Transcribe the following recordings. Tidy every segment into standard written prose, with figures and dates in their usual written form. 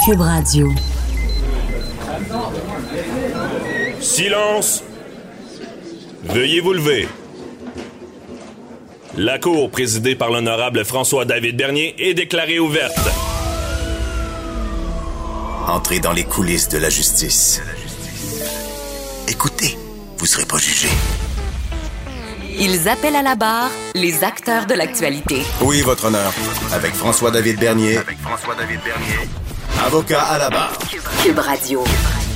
Cube Radio. Silence! Veuillez vous lever. La cour, présidée par l'honorable François-David Bernier, est déclarée ouverte. Entrez dans les coulisses de la justice. Écoutez, vous serez pas jugé. Ils appellent à la barre les acteurs de l'actualité. Oui, votre honneur. Avec François-David Bernier. Avocat à la barre. Cube Radio.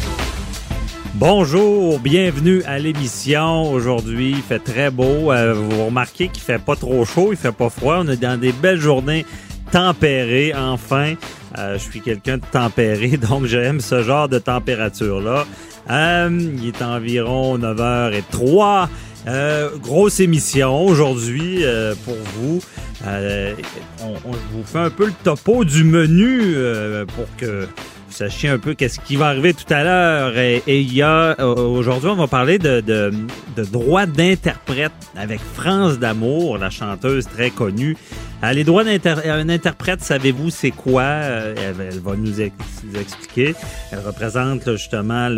Bonjour, bienvenue à l'émission. Aujourd'hui, il fait très beau. Vous remarquez qu'il fait pas trop chaud, il fait pas froid. On est dans des belles journées tempérées, enfin. Je suis quelqu'un de tempéré, donc j'aime ce genre de température-là. Il est environ 9h03. Grosse émission aujourd'hui pour vous. Je vous fais un peu le topo du menu pour que vous sachiez un peu qu'est-ce qui va arriver tout à l'heure. Et il y a aujourd'hui, on va parler de droits d'interprète avec France d'Amour, la chanteuse très connue. Les droits d'un interprète, savez-vous c'est quoi? Elle va nous expliquer. Elle représente là, justement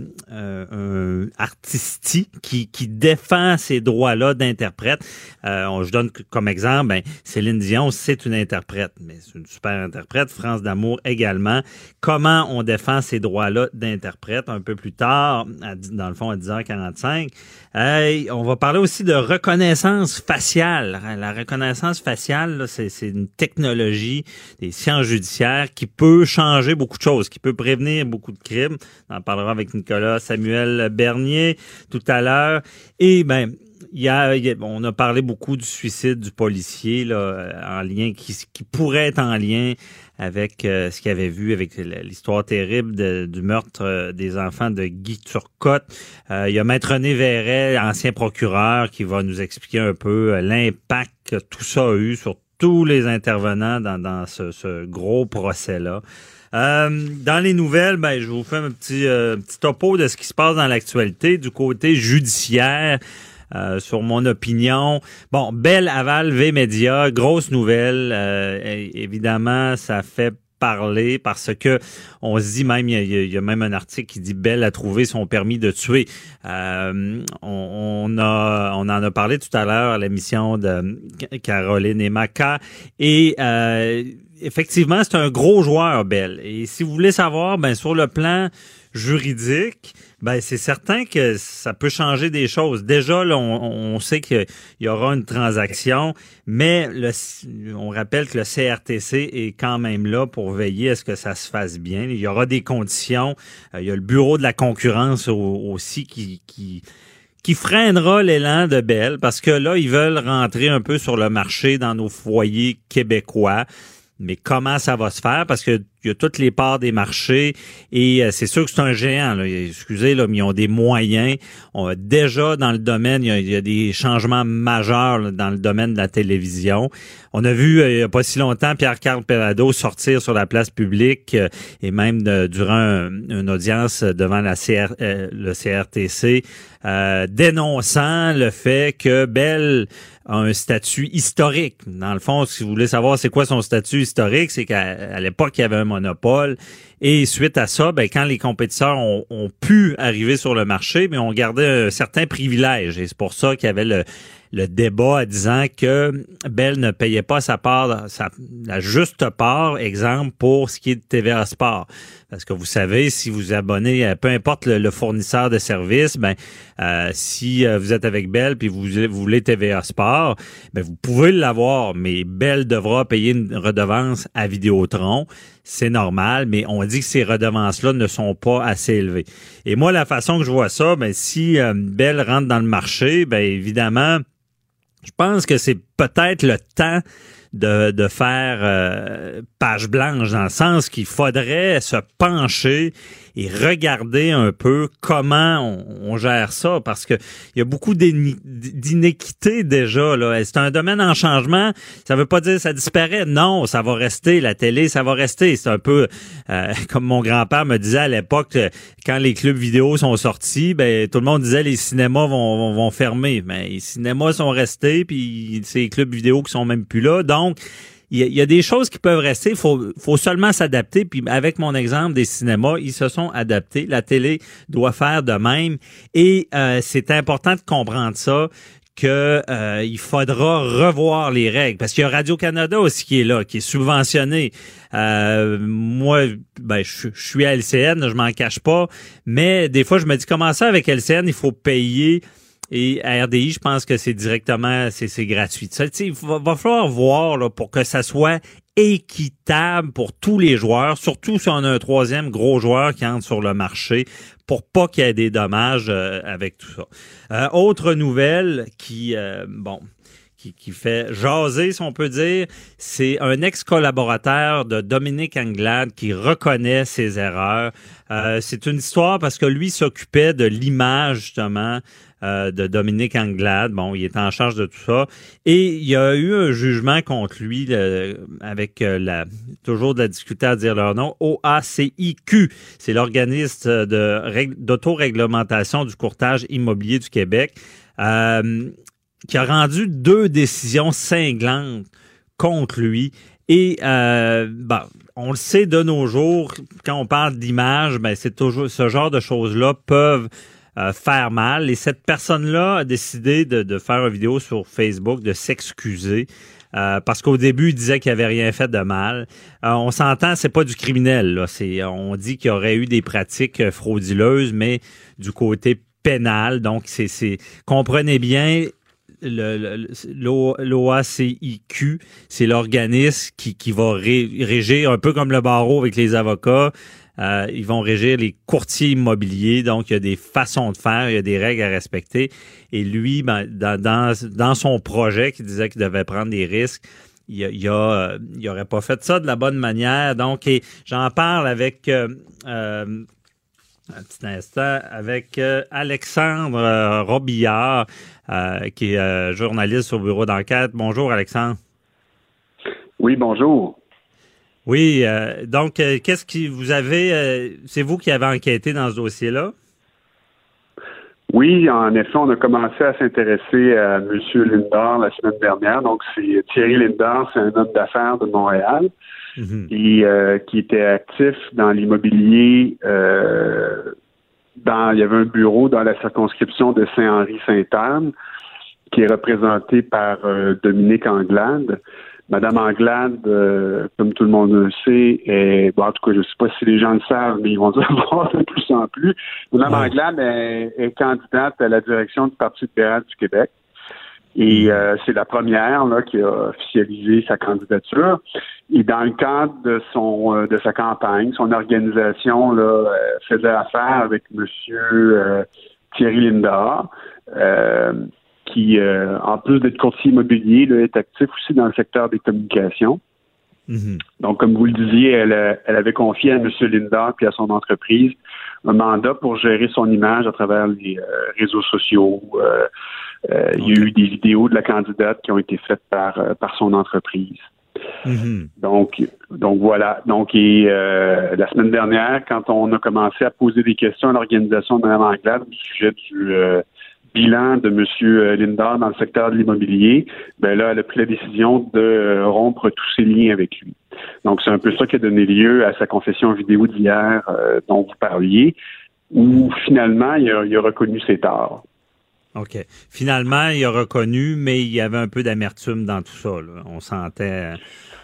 un artistique qui défend ces droits-là d'interprète. Je donne comme exemple, Céline Dion, c'est une interprète, mais c'est une super interprète. France d'Amour également. Comment on défend ces droits-là d'interprète? Un peu plus tard, dans le fond à 10h45. On va parler aussi de reconnaissance faciale. La reconnaissance faciale, là, c'est une technologie des sciences judiciaires qui peut changer beaucoup de choses, qui peut prévenir beaucoup de crimes. On en parlera avec Nicolas Samuel Bernier tout à l'heure. Et on a parlé beaucoup du suicide du policier là, en lien qui pourrait être en lien avec ce qu'il avait vu avec l'histoire terrible du meurtre des enfants de Guy Turcotte. Il y a Maître René Verret, ancien procureur, qui va nous expliquer un peu l'impact que tout ça a eu sur tous les intervenants dans ce gros procès-là. Dans les nouvelles, je vous fais un petit topo de ce qui se passe dans l'actualité du côté judiciaire. Sur mon opinion. Bon, Bell avale V-Média, grosse nouvelle. Évidemment, ça fait parler parce que on se dit même, il y a même un article qui dit Bell a trouvé son permis de tuer. On en a parlé tout à l'heure à l'émission de Caroline et Maca et effectivement, c'est un gros joueur, Bell. Et si vous voulez savoir, sur le plan juridique, c'est certain que ça peut changer des choses. Déjà, là, on sait qu'il y aura une transaction, mais on rappelle que le CRTC est quand même là pour veiller à ce que ça se fasse bien. Il y aura des conditions. Il y a le bureau de la concurrence aussi qui freinera l'élan de Bell parce que là, ils veulent rentrer un peu sur le marché dans nos foyers québécois. Mais comment ça va se faire? Parce que il y a toutes les parts des marchés et c'est sûr que c'est un géant. Là. Excusez, là, mais ils ont des moyens. Déjà, dans le domaine, il y a des changements majeurs là, dans le domaine de la télévision. On a vu il n'y a pas si longtemps Pierre-Carl Pelado sortir sur la place publique et même durant une audience devant le CRTC dénonçant le fait que Bell a un statut historique. Dans le fond, si vous voulez savoir c'est quoi son statut historique, c'est qu'à l'époque, il y avait un monopole. Et suite à ça, quand les compétiteurs ont pu arriver sur le marché, mais on gardait un certain privilège. Et c'est pour ça qu'il y avait le débat disant que Bell ne payait pas sa part, la juste part, exemple, pour ce qui est de TVA Sport. Parce que vous savez, si vous abonnez, peu importe le fournisseur de services, si vous êtes avec Bell puis vous voulez TVA Sport, vous pouvez l'avoir, mais Bell devra payer une redevance à Vidéotron. C'est normal, mais on dit que ces redevances-là ne sont pas assez élevées. Et moi, la façon que je vois ça, si Bell rentre dans le marché, évidemment, je pense que c'est peut-être le temps de faire page blanche, dans le sens qu'il faudrait se pencher et regarder un peu comment on gère ça, parce que il y a beaucoup d'inéquité déjà là. C'est un domaine en changement. Ça veut pas dire que ça disparaît. Non, ça va rester. La télé, ça va rester. C'est un peu comme mon grand-père me disait à l'époque, quand les clubs vidéo sont sortis, tout le monde disait les cinémas vont fermer. Mais les cinémas sont restés, puis c'est les clubs vidéo qui sont même plus là. Donc, il y a des choses qui peuvent rester. Faut seulement s'adapter. Puis avec mon exemple des cinémas, ils se sont adaptés. La télé doit faire de même. Et c'est important de comprendre ça, que il faudra revoir les règles, parce qu'il y a Radio-Canada aussi qui est là, qui est subventionné. Moi, je suis à LCN, je m'en cache pas, mais des fois je me dis comment ça avec LCN, il faut payer, et à RDI, je pense que c'est directement, c'est gratuit. Ça, il va falloir voir là, pour que ça soit équitable pour tous les joueurs, surtout si on a un troisième gros joueur qui entre sur le marché, pour pas qu'il y ait des dommages avec tout ça. Autre nouvelle qui fait jaser, si on peut dire, c'est un ex-collaborateur de Dominique Anglade qui reconnaît ses erreurs. C'est une histoire parce que lui s'occupait de l'image, justement, de Dominique Anglade. Bon, il est en charge de tout ça. Et il y a eu un jugement contre lui avec toujours de la difficulté à dire leur nom, OACIQ. C'est l'organisme d'autoréglementation du courtage immobilier du Québec, qui a rendu 2 décisions cinglantes contre lui. Et on le sait de nos jours, quand on parle d'image, c'est toujours ce genre de choses-là peuvent faire mal. Et cette personne-là a décidé de faire une vidéo sur Facebook, de s'excuser. Parce qu'au début, il disait qu'il avait rien fait de mal. On s'entend, c'est pas du criminel, là. On dit qu'il y aurait eu des pratiques frauduleuses, mais du côté pénal. Donc, comprenez bien, l'OACIQ, c'est l'organisme qui va régir, un peu comme le barreau avec les avocats. Ils vont régir les courtiers immobiliers, donc il y a des façons de faire, il y a des règles à respecter. Et lui, dans son projet, qui disait qu'il devait prendre des risques, il aurait pas fait ça de la bonne manière. Donc, j'en parle avec un petit instant avec Alexandre Robillard, qui est journaliste au bureau d'enquête. Bonjour, Alexandre. Oui, bonjour. Oui, donc, qu'est-ce que vous avez... c'est vous qui avez enquêté dans ce dossier-là? Oui, en effet, on a commencé à s'intéresser à M. Lindor la semaine dernière. Donc, c'est Thierry Lindor, c'est un homme d'affaires de Montréal et qui était actif dans l'immobilier. Il y avait un bureau dans la circonscription de Saint-Henri-Sainte-Anne qui est représenté par Dominique Anglade. Madame Anglade, comme tout le monde le sait, en tout cas, je ne sais pas si les gens le savent, mais ils vont le savoir de plus en plus. Madame Anglade est candidate à la direction du Parti libéral du Québec. Et c'est la première là, qui a officialisé sa candidature. Et dans le cadre de sa campagne, son organisation là, faisait affaire avec M. Thierry Lindor, qui, en plus d'être courtier immobilier, là, est actif aussi dans le secteur des communications. Donc, comme vous le disiez, elle avait confié à M. Lindor puis à son entreprise un mandat pour gérer son image à travers les réseaux sociaux. Il y a eu des vidéos de la candidate qui ont été faites par son entreprise. Donc voilà. Donc, la semaine dernière, quand on a commencé à poser des questions à l'organisation de Mme Anglade au sujet du bilan de M. Lindor dans le secteur de l'immobilier, là, elle a pris la décision de rompre tous ses liens avec lui. Donc, c'est un peu ça qui a donné lieu à sa confession vidéo d'hier dont vous parliez, où finalement, il a reconnu ses torts. OK. Finalement, il a reconnu, mais il y avait un peu d'amertume dans tout ça, là. On sentait...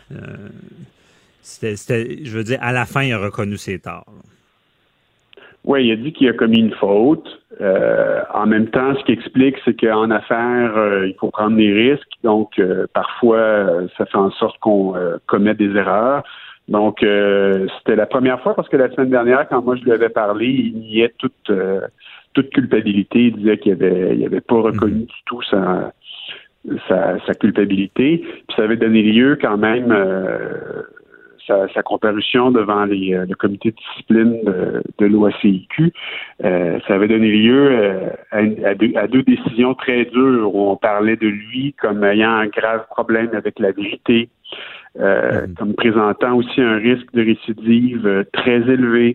je veux dire, à la fin, il a reconnu ses torts, là. Oui, il a dit qu'il a commis une faute. En même temps, ce qui explique, c'est qu'en affaires, il faut prendre des risques. Donc, parfois, ça fait en sorte qu'on commet des erreurs. Donc, c'était la première fois parce que la semaine dernière, quand moi je lui avais parlé, il niait toute culpabilité. Il disait qu'il avait pas reconnu du tout sa culpabilité. Puis ça avait donné lieu quand même... Sa comparution devant le comité de discipline de l'OACIQ, ça avait donné lieu à deux décisions très dures où on parlait de lui comme ayant un grave problème avec la vérité, comme présentant aussi un risque de récidive très élevé.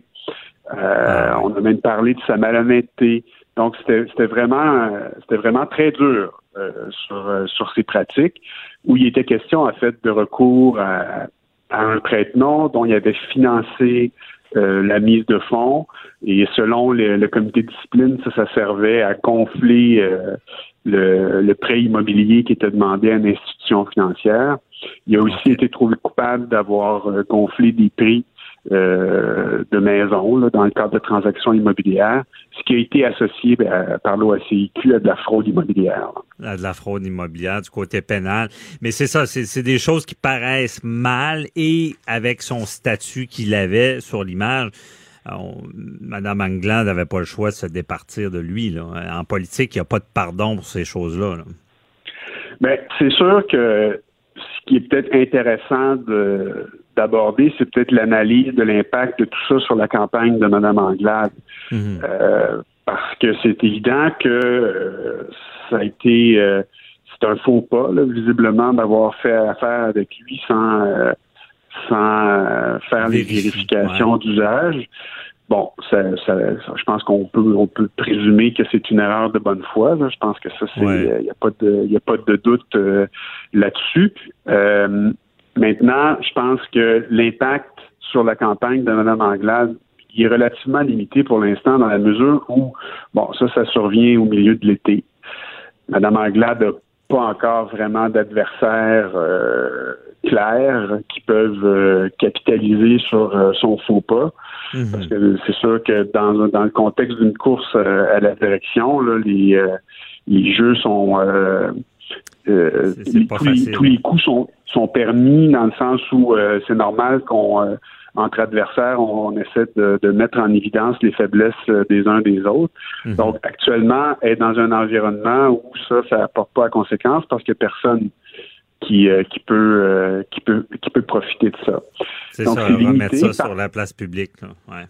On a même parlé de sa malhonnêteté. Donc c'était vraiment très dur. sur ces pratiques, où il était question en fait de recours à un prête-nom dont il avait financé la mise de fonds, et selon le comité de discipline, ça servait à gonfler le prêt immobilier qui était demandé à une institution financière. Il a aussi été trouvé coupable d'avoir gonflé des prix de maisons là, dans le cadre de transactions immobilières, ce qui a été associé par l'OACIQ à de la fraude immobilière. À de la fraude immobilière du côté pénal. Mais c'est ça, c'est des choses qui paraissent mal, et avec son statut qu'il avait sur l'image, Mme Anglade n'avait pas le choix de se départir de lui. Là. En politique, il n'y a pas de pardon pour ces choses-là. Là. Bien, c'est sûr que ce qui est peut-être intéressant d'aborder, c'est peut-être l'analyse de l'impact de tout ça sur la campagne de Mme Anglade. Parce que c'est évident que ça a été c'est un faux pas, là, visiblement, d'avoir fait affaire avec lui sans faire les vérifications d'usage. Bon, je pense qu'on peut présumer que c'est une erreur de bonne foi. Là. Je pense que ça, c'est y a pas de doute là-dessus. Maintenant, je pense que l'impact sur la campagne de Mme Anglade est relativement limité pour l'instant, dans la mesure où, bon, ça survient au milieu de l'été. Mme Anglade n'a pas encore vraiment d'adversaires clairs qui peuvent capitaliser sur son faux pas. Parce que c'est sûr que dans le contexte d'une course à la direction, là, les jeux sont tous les coups sont permis, dans le sens où c'est normal qu'on entre adversaires, on essaie de mettre en évidence les faiblesses des uns des autres. Donc actuellement, être dans un environnement où ça n'apporte pas à conséquence, parce qu'il n'y a personne qui peut profiter de ça. C'est donc, ça, on va mettre ça sur la place publique. Là.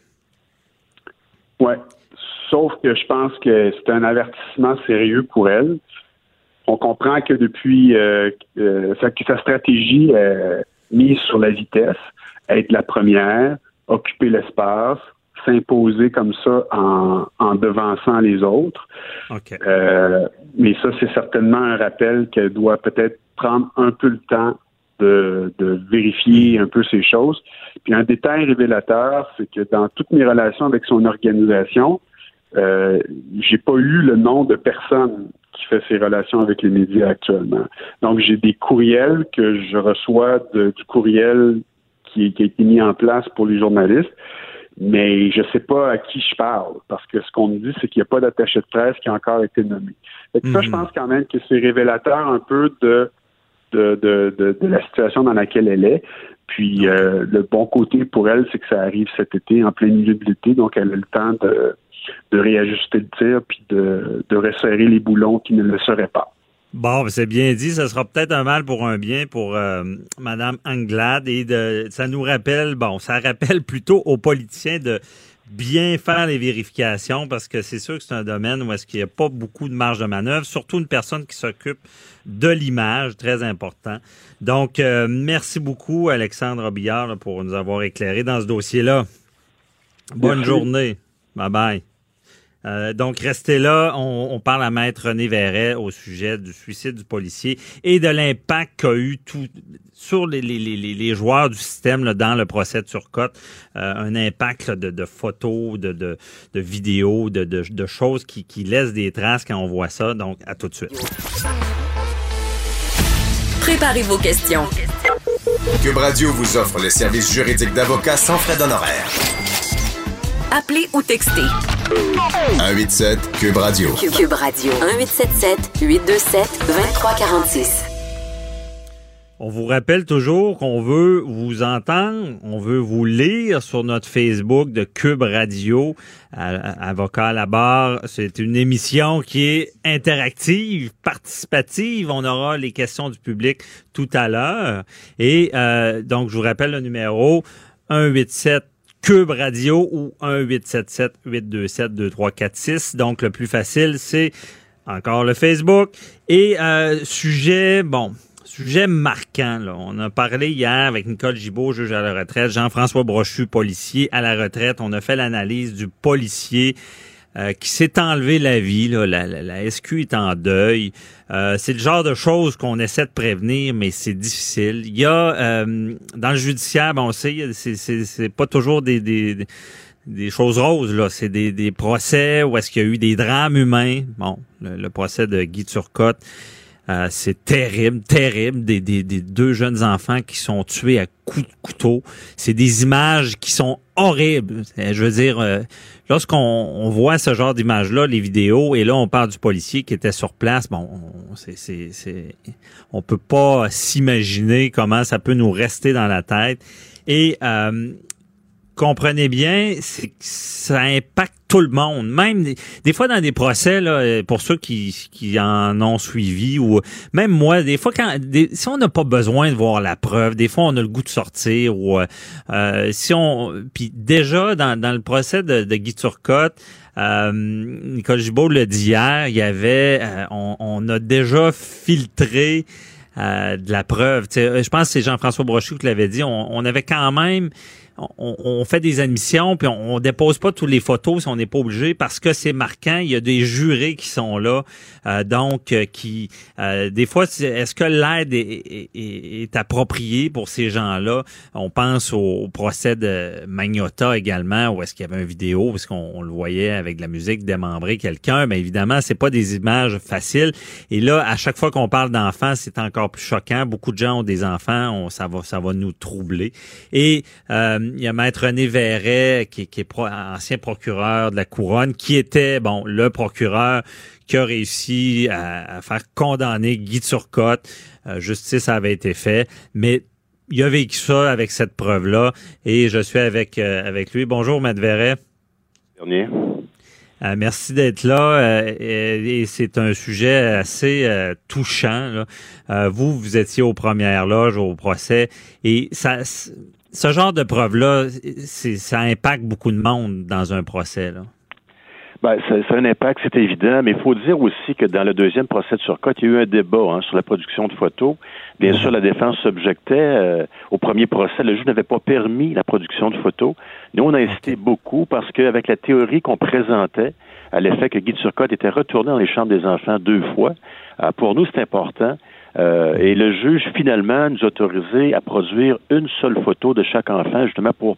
Ouais. Sauf que je pense que c'est un avertissement sérieux pour elle. On comprend que depuis sa stratégie mise sur la vitesse, être la première, occuper l'espace, s'imposer comme ça en devançant les autres. Okay. Mais ça, c'est certainement un rappel qu'elle doit peut-être prendre un peu le temps de vérifier un peu ces choses. Puis un détail révélateur, c'est que dans toutes mes relations avec son organisation, j'ai pas eu le nom de personne qui fait ses relations avec les médias actuellement. Donc, j'ai des courriels que je reçois du courriel qui a été mis en place pour les journalistes, mais je sais pas à qui je parle, parce que ce qu'on me dit, c'est qu'il n'y a pas d'attaché de presse qui a encore été nommé. Ça, je pense quand même que c'est révélateur un peu de la situation dans laquelle elle est. Puis le bon côté pour elle, c'est que ça arrive cet été, en plein milieu de l'été, donc elle a le temps de réajuster le tir puis de resserrer les boulons qui ne le seraient pas. Bon, c'est bien dit. Ça sera peut-être un mal pour un bien pour Mme Anglade, et ça nous rappelle, ça rappelle plutôt aux politiciens de bien faire les vérifications, parce que c'est sûr que c'est un domaine où est-ce qu'il n'y a pas beaucoup de marge de manœuvre, surtout une personne qui s'occupe de l'image, très important. Donc, merci beaucoup, Alexandre Robillard, là, pour nous avoir éclairé dans ce dossier-là. Bonne journée. Bye-bye. Donc, restez là. On parle à Maître René Verret au sujet du suicide du policier et de l'impact qu'a eu sur les joueurs du système là, dans le procès de Turcotte. Un impact là, de photos, de vidéos, de choses qui laissent des traces quand on voit ça. Donc, à tout de suite. Préparez vos questions. Cube Radio vous offre le service juridique d'avocat sans frais d'honoraires. Appelez ou textez. 187 Cube Radio. Cube Radio. 1877-827-2346. On vous rappelle toujours qu'on veut vous entendre, on veut vous lire sur notre Facebook de Cube Radio, Avocat à la barre. C'est une émission qui est interactive, participative. On aura les questions du public tout à l'heure. Et donc, je vous rappelle le numéro 187 Cube Radio ou 1-877-827-2346. Donc, le plus facile, c'est encore le Facebook. Et sujet marquant, là. On a parlé hier avec Nicole Gibault, juge à la retraite, Jean-François Brochu, policier à la retraite. On a fait l'analyse du policier qui s'est enlevé la vie. Là. La SQ est en deuil. C'est le genre de choses qu'on essaie de prévenir, mais c'est difficile. Il y a dans le judiciaire, on sait, c'est pas toujours des choses roses, là. C'est des procès où est-ce qu'il y a eu des drames humains. Bon, le procès de Guy Turcotte, c'est terrible. Des deux jeunes enfants qui sont tués à coups de couteau. C'est des images qui sont horribles. Je veux dire, lorsqu'on voit ce genre d'images-là, les vidéos, et là, on parle du policier qui était sur place, bon, on peut pas s'imaginer comment ça peut nous rester dans la tête. Et comprenez bien, c'est que ça impacte tout le monde. Même des fois dans des procès, là, pour ceux qui en ont suivi, ou même moi, des fois si on n'a pas besoin de voir la preuve, des fois on a le goût de sortir, ou puis déjà dans le procès de Guy Turcotte, Nicole Gibault l'a dit hier, il y avait on a déjà filtré de la preuve. Je pense que c'est Jean-François Brochu qui l'avait dit. On avait quand même on fait des admissions, puis on dépose pas toutes les photos si on n'est pas obligé, parce que c'est marquant. Il y a des jurés qui sont là, qui des fois, est-ce que l'aide est appropriée pour ces gens-là? On pense au procès de Magnotta également, où est-ce qu'il y avait une vidéo, parce qu'on le voyait avec de la musique démembrer quelqu'un, mais évidemment, c'est pas des images faciles. Et là, à chaque fois qu'on parle d'enfants, c'est encore plus choquant. Beaucoup de gens ont des enfants, ça va nous troubler. Et il y a Maître René Verret, qui est ancien procureur de la Couronne, qui était, le procureur qui a réussi à faire condamner Guy Turcotte. Justice avait été fait, mais il a vécu ça avec cette preuve-là, et je suis avec lui. Bonjour, Maître Verret. Dernier. Merci d'être là, et c'est un sujet assez touchant, là. Vous étiez aux premières loges au procès, et ce genre de preuve-là, ça impacte beaucoup de monde dans un procès, là. Ben, ça a un impact, c'est évident, mais il faut dire aussi que dans le deuxième procès de Turcotte, il y a eu un débat sur la production de photos. Bien sûr, la défense s'objectait. Au premier procès, le juge n'avait pas permis la production de photos. Nous, on a insisté beaucoup parce qu'avec la théorie qu'on présentait, à l'effet que Guy Turcotte était retourné dans les chambres des enfants 2 fois, pour nous, c'est important. Et le juge, finalement, nous a autorisé à produire une seule photo de chaque enfant, justement pour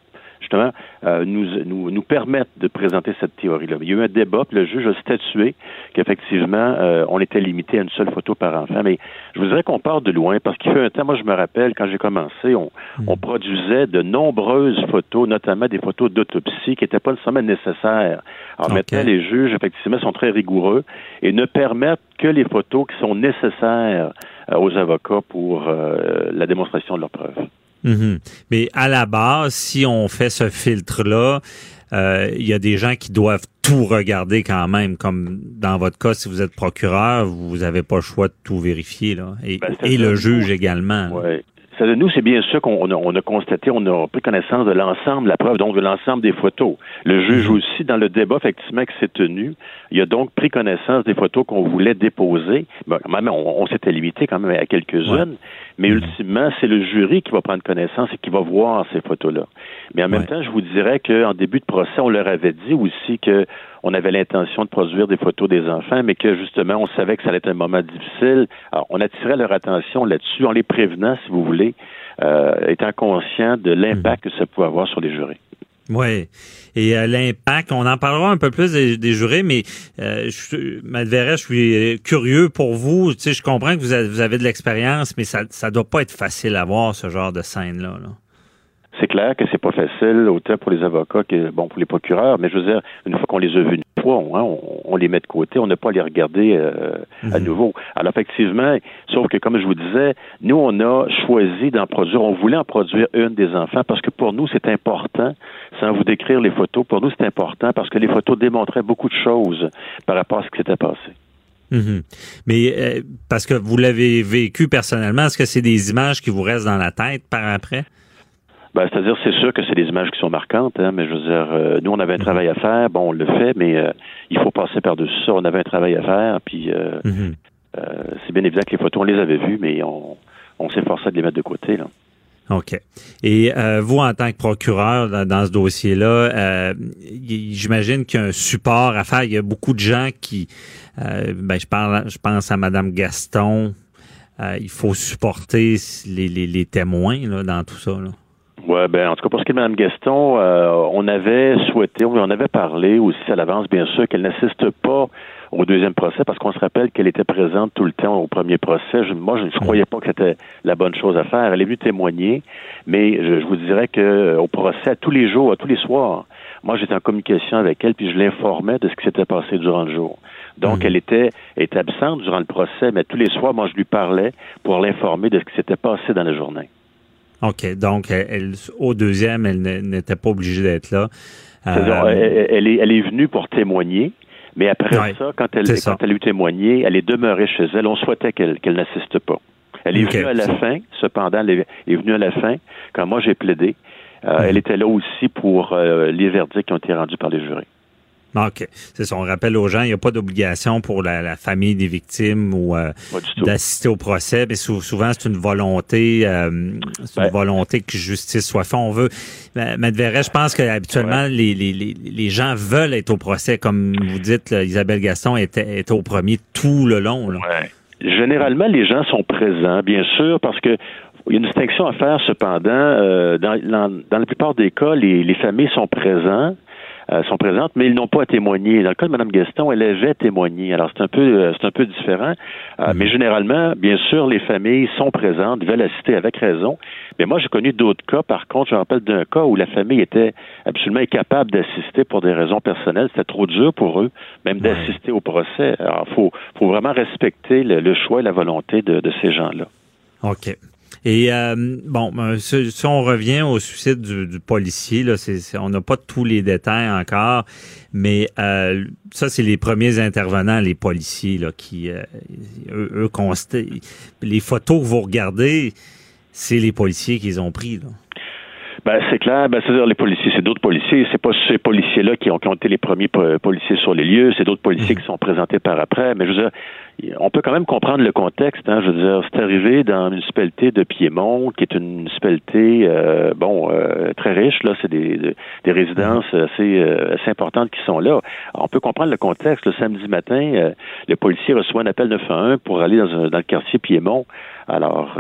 nous permettre de présenter cette théorie-là. Il y a eu un débat, puis le juge a statué qu'effectivement, on était limité à une seule photo par enfant. Mais je vous dirais qu'on part de loin, parce qu'il fait un temps, moi je me rappelle, quand j'ai commencé, on produisait de nombreuses photos, notamment des photos d'autopsie qui n'étaient pas nécessairement nécessaires. Alors maintenant, les juges, effectivement, sont très rigoureux et ne permettent que les photos qui sont nécessaires aux avocats pour la démonstration de leurs preuves. Mm-hmm. Mais à la base, si on fait ce filtre-là, il y a des gens qui doivent tout regarder quand même, comme dans votre cas, si vous êtes procureur, vous n'avez pas le choix de tout vérifier, là, et le juge également. Oui. Nous, c'est bien sûr qu'on a constaté, on a pris connaissance de l'ensemble de la preuve, donc de l'ensemble des photos. Le juge aussi, dans le débat, effectivement, qui s'est tenu, il a donc pris connaissance des photos qu'on voulait déposer. Bon, même, on s'était limité quand même à quelques-unes, mais ultimement, c'est le jury qui va prendre connaissance et qui va voir ces photos-là. Mais en même temps, je vous dirais qu'en début de procès, on leur avait dit aussi que on avait l'intention de produire des photos des enfants, mais que justement, on savait que ça allait être un moment difficile. Alors, on attirait leur attention là-dessus, en les prévenant, si vous voulez, étant conscient de l'impact que ça pouvait avoir sur les jurés. Oui. Et l'impact, on en parlera un peu plus des jurés, mais Maître Verret, je suis curieux pour vous. Tu sais, je comprends que vous avez de l'expérience, mais ça doit pas être facile à voir, ce genre de scène-là, là. C'est clair que c'est pas facile, autant pour les avocats que, pour les procureurs, mais je veux dire, une fois qu'on les a vus une fois, on les met de côté, on n'a pas à les regarder à nouveau. Alors, effectivement, sauf que, comme je vous disais, nous, on a choisi on voulait en produire une des enfants parce que pour nous, c'est important, sans vous décrire les photos, pour nous, c'est important parce que les photos démontraient beaucoup de choses par rapport à ce qui s'était passé. Mm-hmm. Mais parce que vous l'avez vécu personnellement, est-ce que c'est des images qui vous restent dans la tête par après? Ben, c'est-à-dire, c'est sûr que c'est des images qui sont marquantes, mais je veux dire, nous, on avait un travail à faire, on le fait, mais il faut passer par-dessus ça. On avait un travail à faire, puis c'est bien évident que les photos, on les avait vues, mais on s'efforçait de les mettre de côté, là. OK. Et vous, en tant que procureur dans ce dossier-là, j'imagine qu'il y a un support à faire. Il y a beaucoup de gens qui... je pense à Mme Gaston. Il faut supporter les témoins là, dans tout ça. Là. Oui, en tout cas, pour ce qui est de Mme Gaston, on avait parlé aussi à l'avance, bien sûr, qu'elle n'assiste pas au deuxième procès, parce qu'on se rappelle qu'elle était présente tout le temps au premier procès. Je ne croyais pas que c'était la bonne chose à faire. Elle est venue témoigner, mais je vous dirais que au procès, à tous les jours, à tous les soirs, moi, j'étais en communication avec elle, puis je l'informais de ce qui s'était passé durant le jour. Donc, elle était absente durant le procès, mais tous les soirs, moi, je lui parlais pour l'informer de ce qui s'était passé dans la journée. OK. Donc, au deuxième, elle n'était pas obligée d'être là. C'est-à-dire, elle est venue pour témoigner, mais après ça, quand elle a eu témoigné, elle est demeurée chez elle. On souhaitait qu'elle n'assiste pas. Elle est venue à la fin, cependant, elle est venue à la fin, quand moi j'ai plaidé. Elle était là aussi pour les verdicts qui ont été rendus par les jurés. OK. C'est ça. On rappelle aux gens, il n'y a pas d'obligation pour la famille des victimes ou d'assister au procès. Mais souvent, c'est une volonté, volonté que justice soit faite. On veut. Maître Verret, je pense qu'habituellement, les gens veulent être au procès. Comme vous dites, là, Isabelle Gaston était au premier tout le long. Là. Ouais. Généralement, les gens sont présents, bien sûr, parce que il y a une distinction à faire, cependant. Dans la plupart des cas, les familles sont présentes, mais ils n'ont pas à témoigner. Dans le cas de Mme Gaston, elle avait témoigné. Alors, c'est un peu différent. Mais généralement, bien sûr, les familles sont présentes, veulent assister avec raison. Mais moi, j'ai connu d'autres cas. Par contre, je me rappelle d'un cas où la famille était absolument incapable d'assister pour des raisons personnelles. C'était trop dur pour eux, même d'assister au procès. Alors, faut vraiment respecter le choix et la volonté de ces gens-là. OK. Et si on revient au suicide du policier, là, on n'a pas tous les détails encore, mais ça, c'est les premiers intervenants, les policiers, là, qui eux constatent. Les photos que vous regardez, c'est les policiers qu'ils ont pris, là. C'est clair. C'est-à-dire les policiers, c'est d'autres policiers. C'est pas ces policiers-là qui ont été les premiers policiers sur les lieux. C'est d'autres policiers qui sont présentés par après. Mais je veux dire, on peut quand même comprendre le contexte. Hein. Je veux dire, c'est arrivé dans une municipalité de Piémont, qui est une municipalité, très riche. Là, c'est des résidences assez importantes qui sont là. Alors, on peut comprendre le contexte. Le samedi matin, le policier reçoit un appel 911 pour aller dans le quartier Piémont. Alors,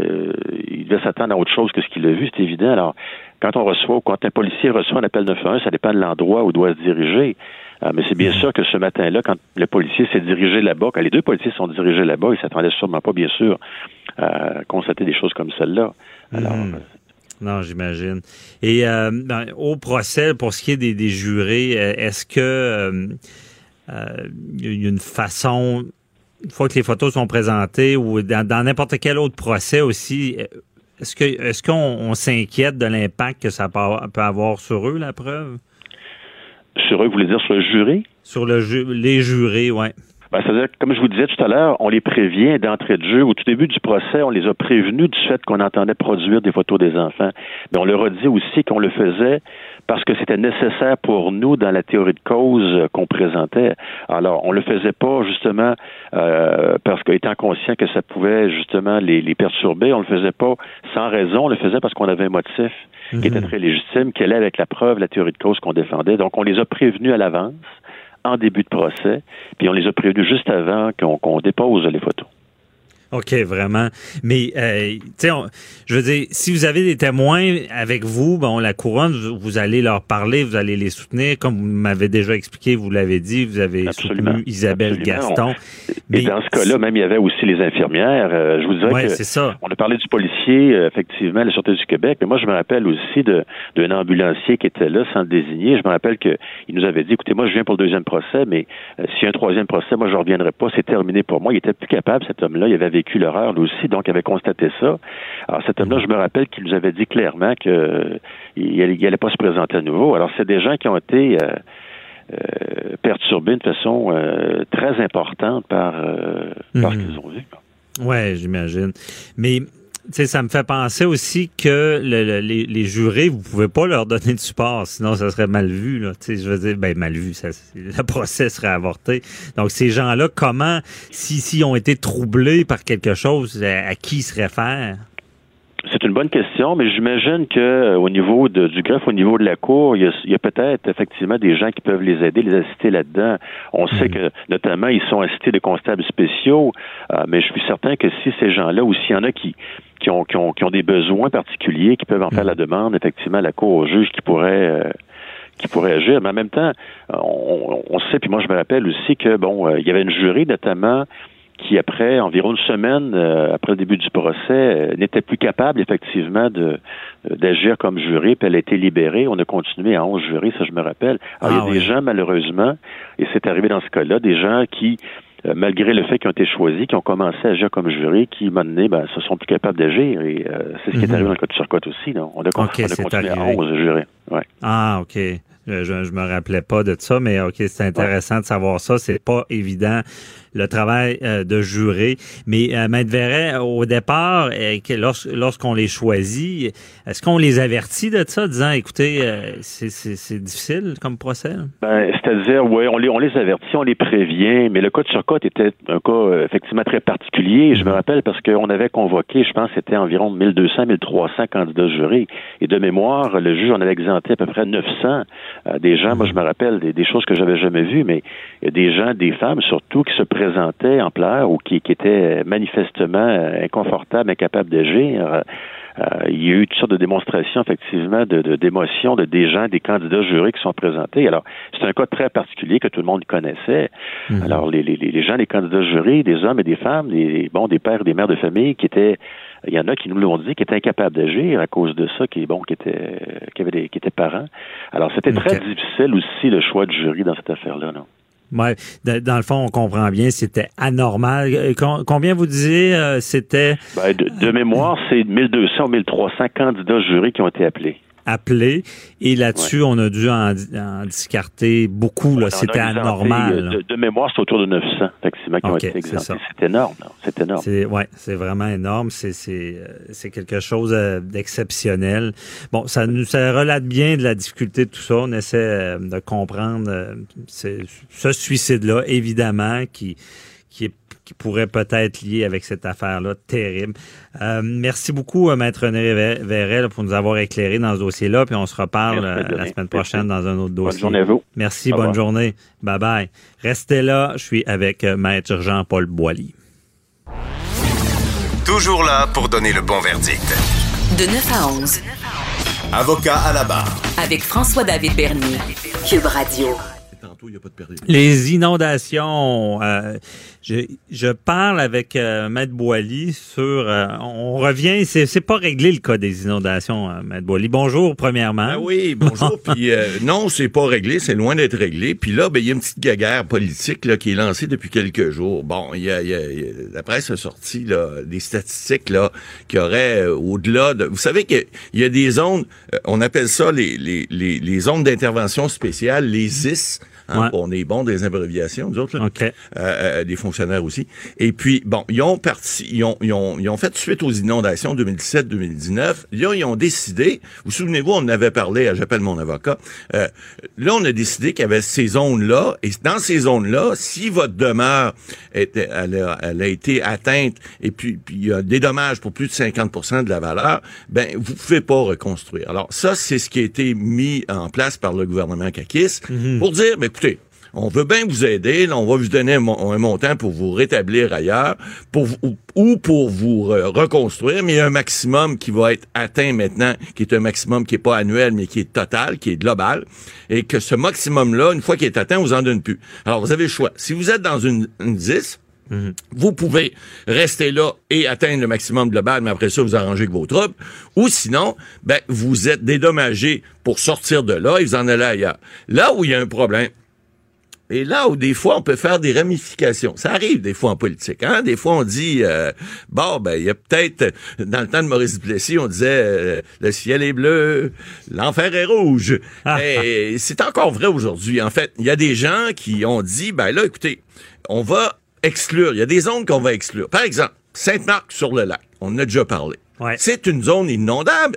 il devait s'attendre à autre chose que ce qu'il a vu, c'est évident. Alors, quand un policier reçoit un appel 911, ça dépend de l'endroit où il doit se diriger. Mais c'est bien sûr que ce matin-là, quand le policier s'est dirigé là-bas, quand les deux policiers sont dirigés là-bas, ils s'attendaient sûrement pas, bien sûr, à constater des choses comme celle-là. Alors, non, j'imagine. Et au procès, pour ce qui est des jurés, est-ce que il y a une façon... Une fois que les photos sont présentées ou dans n'importe quel autre procès aussi, est-ce qu'on s'inquiète de l'impact que ça peut avoir sur eux, la preuve? Sur eux, vous voulez dire sur le jury? Sur les jurés, oui. C'est-à-dire, comme je vous disais tout à l'heure, on les prévient d'entrée de jeu. Au tout début du procès, on les a prévenus du fait qu'on entendait produire des photos des enfants. Mais on leur a dit aussi qu'on le faisait parce que c'était nécessaire pour nous dans la théorie de cause qu'on présentait. Alors, on le faisait pas justement parce qu'étant conscient que ça pouvait justement les perturber, on le faisait pas sans raison, on le faisait parce qu'on avait un motif qui était très légitime, qui allait avec la preuve, la théorie de cause qu'on défendait. Donc, on les a prévenus à l'avance, en début de procès, puis on les a prévenus juste avant qu'on dépose les photos. OK, vraiment. Mais, tu sais, je veux dire, si vous avez des témoins avec vous, la couronne, vous allez leur parler, vous allez les soutenir. Comme vous m'avez déjà expliqué, vous l'avez dit, vous avez soutenu Isabelle Gaston. Mais dans ce cas-là, même, il y avait aussi les infirmières. Je vous dirais que c'est ça. On a parlé du policier, effectivement, la Sûreté du Québec, mais moi, je me rappelle aussi d'un ambulancier qui était là, sans le désigner. Je me rappelle qu'il nous avait dit, écoutez, moi, je viens pour le deuxième procès, mais s'il y a un troisième procès, moi, je reviendrai pas. C'est terminé pour moi. Il était plus capable, cet homme-là. Il avait vécu l'horreur, lui aussi, donc il avait constaté ça. Alors, cet homme-là, je me rappelle qu'il nous avait dit clairement qu'il n'allait pas se présenter à nouveau. Alors, c'est des gens qui ont été perturbés de façon très importante par ce qu'ils ont vu. Oui, j'imagine. Mais, tu sais, ça me fait penser aussi que les jurés, vous pouvez pas leur donner de support, sinon ça serait mal vu, là. Tu sais, je veux dire, mal vu, le procès serait avorté. Donc, ces gens-là, comment, s'ils ont été troublés par quelque chose, à qui ils se réfèrent? C'est une bonne question, mais j'imagine que au niveau du greffe, au niveau de la Cour, il y a peut-être effectivement des gens qui peuvent les aider, les assister là-dedans. On sait que, notamment, ils sont assistés de constables spéciaux, mais je suis certain que si ces gens-là, ou s'il y en a qui ont des besoins particuliers, qui peuvent en faire la demande, effectivement, à la Cour, au juge qui pourrait agir. Mais en même temps, on sait, puis moi je me rappelle aussi que, il y avait une jury, notamment, qui, après environ une semaine, après le début du procès, n'était plus capable, effectivement, d'agir comme jury, puis elle a été libérée. On a continué à 11 jurés, ça je me rappelle. Alors, il y a des gens, malheureusement, et c'est arrivé dans ce cas-là, des gens qui, malgré le fait qu'ils ont été choisis, qui ont commencé à agir comme jury, qui, à un moment donné, se sont plus capables d'agir. Et c'est ce qui est arrivé dans le cas de Turcotte aussi. Non? On a continué à 11 jurés. Ouais. Ah, OK. Je me rappelais pas de ça, mais OK, c'est intéressant de savoir ça. C'est pas évident, le travail de juré. Mais Maître Verret, au départ, lorsqu'on les choisit, est-ce qu'on les avertit de ça, disant, écoutez, c'est difficile comme procès? C'est-à-dire, oui, on les avertit, on les prévient, mais le cas de Turcotte était un cas effectivement très particulier. Je me rappelle parce qu'on avait convoqué, je pense, c'était environ 1200, 1300 candidats jurés. Et de mémoire, le juge en avait exempté à peu près 900. Des gens, moi je me rappelle des choses que j'avais jamais vues, mais des gens, des femmes surtout, qui se présentaient en pleurs ou qui étaient manifestement inconfortables, incapables d'agir. Il y a eu toutes sortes de démonstrations, effectivement, d'émotions de des gens, des candidats jurés qui sont présentés. Alors, c'est un cas très particulier que tout le monde connaissait. Alors, les gens, les candidats jurés, des hommes et des femmes, des pères et des mères de famille qui étaient, il y en a qui nous l'ont dit, qui étaient incapables d'agir à cause de ça, qui étaient parents. Alors, c'était très difficile aussi le choix du jury dans cette affaire-là, non? Ouais, dans le fond, on comprend bien, c'était anormal. Combien vous disiez c'était? De mémoire, c'est 1200 ou 1300 candidats jurés qui ont été appelés. Et là-dessus, on a dû en discarter beaucoup. Là, c'était anormal. De mémoire, c'est autour de 900, effectivement, qui ont été exemptés. C'est énorme. C'est énorme. C'est vraiment énorme. C'est quelque chose d'exceptionnel. Bon, ça relate bien de la difficulté de tout ça. On essaie de comprendre ce suicide-là, évidemment, qui pourrait peut-être lié avec cette affaire-là terrible. Merci beaucoup, Maître René Verret, pour nous avoir éclairé dans ce dossier-là, puis on se reparle la semaine prochaine dans un autre dossier. Bonne journée à vous. Merci, bonne journée. Bye-bye. Restez là, je suis avec Maître Jean-Paul Boilly. Toujours là pour donner le bon verdict. De 9 à 11. Avocat à la barre. Avec François-David Bernier. Cube Radio. Les inondations, je parle avec Maître Boilly sur... on revient, c'est pas réglé le cas des inondations, Maître Boilly. Bonjour, premièrement. Oui, bonjour. Puis non, c'est pas réglé, c'est loin d'être réglé. Puis là, il y a une petite guéguerre politique là, qui est lancée depuis quelques jours. Bon, la presse a sorti là, des statistiques là qui auraient au-delà de... Vous savez qu'il y a des zones, on appelle ça les zones d'intervention spéciale, les ZIS. Hein, on est bon des abréviations, nous autres, là. Des fonctionnaires aussi. Et puis, bon, ils ont fait suite aux inondations 2017-2019. Là, ils ont décidé, vous souvenez-vous, on en avait parlé, j'appelle mon avocat, là, on a décidé qu'il y avait ces zones-là, et dans ces zones-là, si votre demeure elle a été atteinte, et puis il y a des dommages pour plus de 50% de la valeur, vous pouvez pas reconstruire. Alors, ça, c'est ce qui a été mis en place par le gouvernement Kakis pour dire, écoutez, on veut bien vous aider, là, on va vous donner un montant pour vous rétablir ailleurs, pour vous reconstruire, mais il y a un maximum qui va être atteint maintenant, qui est un maximum qui est pas annuel, mais qui est total, qui est global, et que ce maximum-là, une fois qu'il est atteint, on vous en donne plus. Alors, vous avez le choix. Si vous êtes dans une 10, vous pouvez rester là et atteindre le maximum global, mais après ça, vous arrangez avec vos troupes. Ou sinon, vous êtes dédommagé pour sortir de là et vous en allez ailleurs. Là où il y a un problème, et là où des fois on peut faire des ramifications, ça arrive des fois en politique, hein. Des fois on dit, il y a peut-être, dans le temps de Maurice Duplessis, on disait, le ciel est bleu, l'enfer est rouge. Et c'est encore vrai aujourd'hui. En fait, il y a des gens qui ont dit, là, écoutez, on va exclure. Il y a des zones qu'on va exclure. Par exemple, Sainte-Marc-sur-le-Lac. On en a déjà parlé. Ouais. C'est une zone inondable.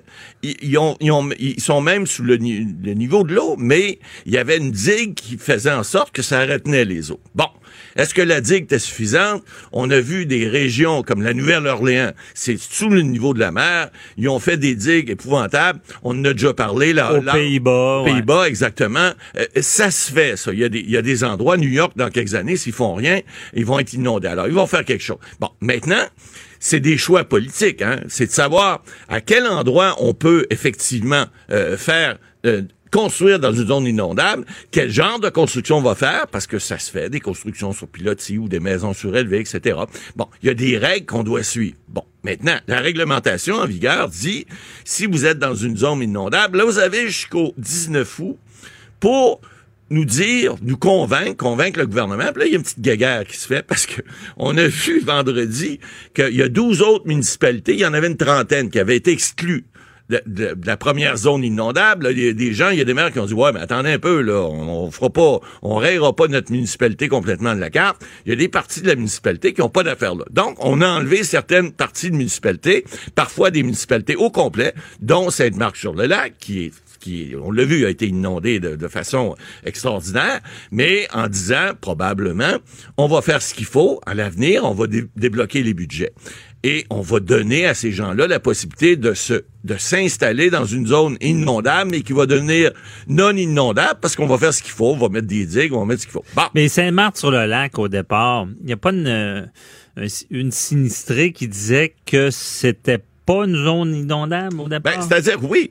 Ils sont même sous le niveau de l'eau, mais il y avait une digue qui faisait en sorte que ça retenait les eaux. Bon, Est-ce que la digue était suffisante? On a vu des régions comme la Nouvelle-Orléans, c'est sous le niveau de la mer, ils ont fait des digues épouvantables. On en a déjà parlé. Là, Aux Pays-Bas. Pays-Bas, exactement. Ça se fait, ça. Il y a des endroits, New York, dans quelques années, s'ils font rien, ils vont être inondés. Alors, ils vont faire quelque chose. Bon, maintenant, c'est des choix politiques, hein. C'est de savoir à quel endroit on peut effectivement construire dans une zone inondable, quel genre de construction on va faire, parce que ça se fait, des constructions sur pilotis ou des maisons surélevées, etc. Bon, il y a des règles qu'on doit suivre. Bon, maintenant, la réglementation en vigueur dit, si vous êtes dans une zone inondable, là, vous avez jusqu'au 19 août pour nous dire, nous convaincre le gouvernement. Puis là, il y a une petite guéguerre qui se fait parce que on a vu vendredi qu'il y a 12 autres municipalités, il y en avait une trentaine qui avaient été exclues de la première zone inondable. Là, il y a des gens, il y a des maires qui ont dit, ouais, mais attendez un peu, là, on rayera pas notre municipalité complètement de la carte. Il y a des parties de la municipalité qui ont pas d'affaires là. Donc, on a enlevé certaines parties de municipalités, parfois des municipalités au complet, dont Sainte-Marthe-sur-le-Lac, qui, on l'a vu, a été inondé de façon extraordinaire, mais en disant, probablement, on va faire ce qu'il faut, à l'avenir, on va débloquer les budgets. Et on va donner à ces gens-là la possibilité de s'installer dans une zone inondable, mais qui va devenir non inondable, parce qu'on va faire ce qu'il faut, on va mettre des digues, on va mettre ce qu'il faut. Bon. Mais Sainte-Marthe-sur-le-Lac, au départ, il n'y a pas une sinistrée qui disait que c'était pas une zone inondable au départ? Ben, c'est-à-dire, oui.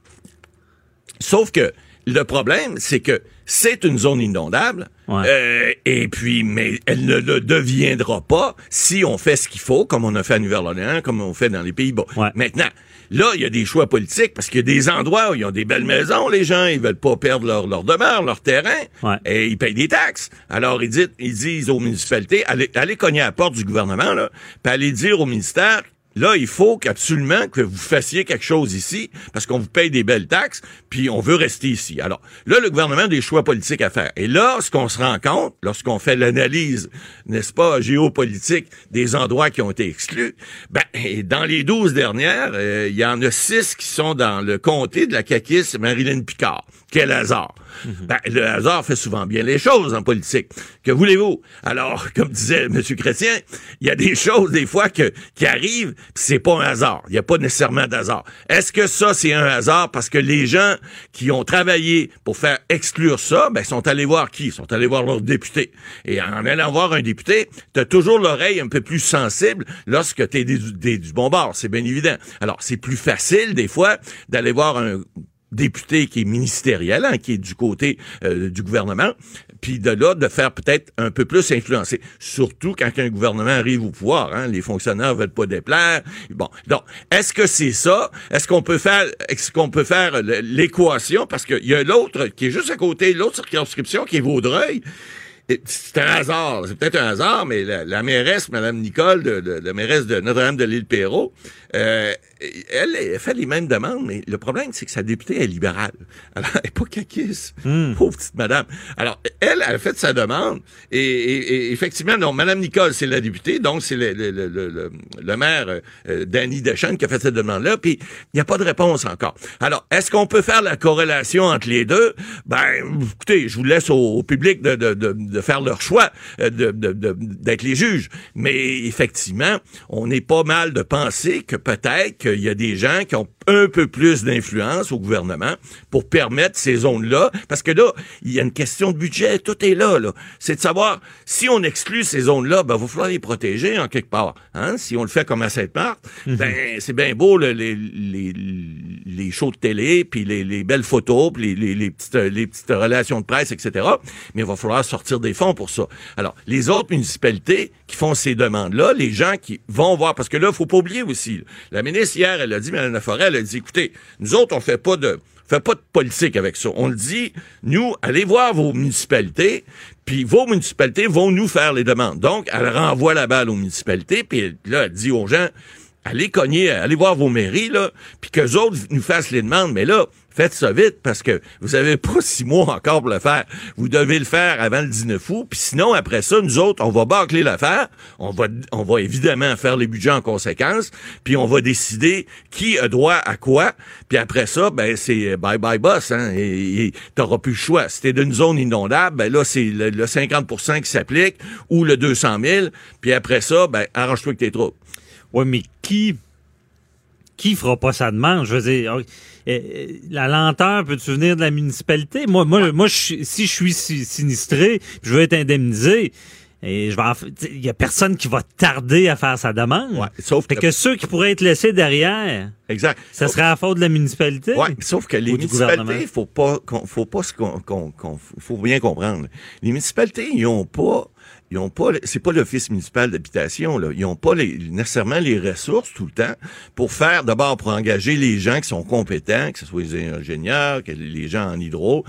Sauf que le problème, c'est que c'est une zone inondable, et puis, mais elle ne le deviendra pas si on fait ce qu'il faut, comme on a fait à Nouvelle-Orléans, comme on fait dans les Pays-Bas. Ouais. Maintenant, là, il y a des choix politiques, parce qu'il y a des endroits où ils ont des belles maisons, les gens, ils veulent pas perdre leur demeure, leur terrain, et ils payent des taxes. Alors, ils disent aux municipalités, allez cogner à la porte du gouvernement, là, puis allez dire au ministère, là, il faut absolument que vous fassiez quelque chose ici, parce qu'on vous paye des belles taxes, puis on veut rester ici. Alors, là, le gouvernement a des choix politiques à faire. Et là, ce qu'on se rend compte, lorsqu'on fait l'analyse, n'est-ce pas, géopolitique des endroits qui ont été exclus, ben, dans les 12 dernières, il y en a 6 qui sont dans le comté de la caquiste Marilyn Picard. Quel hasard! Ben, le hasard fait souvent bien les choses en politique. Que voulez-vous? Alors, comme disait M. Chrétien, il y a des choses, des fois, qui arrivent, pis c'est pas un hasard. Il n'y a pas nécessairement d'hasard. Est-ce que ça, c'est un hasard parce que les gens qui ont travaillé pour faire exclure ça, ben, sont allés voir qui? Ils sont allés voir leur député. Et en allant voir un député, t'as toujours l'oreille un peu plus sensible lorsque t'es du bon bord. C'est bien évident. Alors, c'est plus facile, des fois, d'aller voir un député qui est ministériel, hein, qui est du côté du gouvernement, puis de là, de faire peut-être un peu plus influencer. Surtout quand un gouvernement arrive au pouvoir, hein, les fonctionnaires veulent pas déplaire. Bon, donc, est-ce que c'est ça? Est-ce qu'on peut faire l'équation? Parce qu'il y a l'autre qui est juste à côté, l'autre circonscription qui est Vaudreuil. C'est un hasard, c'est peut-être un hasard, mais la mairesse, Mme Nicole, la mairesse de Notre-Dame de l'Île-Perrot, elle fait les mêmes demandes, mais le problème, c'est que sa députée est libérale. Alors, elle n'est pas caquiste. Pauvre petite madame. Alors, elle a fait sa demande, et effectivement, non, Mme Nicole, c'est la députée, donc c'est le maire Danny Deschênes qui a fait cette demande-là, puis il n'y a pas de réponse encore. Alors, est-ce qu'on peut faire la corrélation entre les deux? Ben, écoutez, je vous laisse au public de faire leur choix, d'être les juges. Mais effectivement, on est pas mal de penser que peut-être qu'il y a des gens qui ont un peu plus d'influence au gouvernement pour permettre ces zones-là. Parce que là, il y a une question de budget. Tout est là. C'est de savoir, si on exclut ces zones-là, ben, il va falloir les protéger en quelque part. Hein? Si on le fait comme à Sainte-Marthe, ben, c'est bien beau, les shows de télé, puis les belles photos, puis les petites relations de presse, etc. Mais il va falloir sortir des fonds pour ça. Alors, les autres municipalités qui font ces demandes-là, les gens qui vont voir, parce que là, il faut pas oublier aussi, la ministre hier, elle a dit, Mme Laforêt, elle a dit, écoutez, nous autres, on fait pas de politique avec ça. On le dit, nous, allez voir vos municipalités, puis vos municipalités vont nous faire les demandes. Donc, elle renvoie la balle aux municipalités, puis là, elle dit aux gens, allez cogner, allez voir vos mairies, là, puis qu'eux autres nous fassent les demandes, mais là, faites ça vite parce que vous avez pas 6 mois encore pour le faire. Vous devez le faire avant le 19 août, puis sinon, après ça, nous autres, on va bâcler l'affaire, on va évidemment faire les budgets en conséquence, puis on va décider qui a droit à quoi, puis après ça, ben c'est bye-bye boss, hein, et t'auras plus le choix. Si t'es d'une zone inondable, ben là, c'est le 50% qui s'applique, ou le 200 000, puis après ça, ben arrange-toi avec tes troupes. Ouais, mais qui fera pas sa demande? Je veux dire, la lenteur peut-tu venir de la municipalité? Moi, si je suis sinistré, je veux être indemnisé, et il y a personne qui va tarder à faire sa demande. Ouais, sauf que ceux qui pourraient être laissés derrière. Exact. Ça serait à la faute de la municipalité? Ouais, sauf que les municipalités, faut bien comprendre. Les municipalités, ils ont pas, c'est pas l'office municipal d'habitation, là. Ils ont pas nécessairement les ressources tout le temps pour engager les gens qui sont compétents, que ce soit les ingénieurs, que les gens en hydro,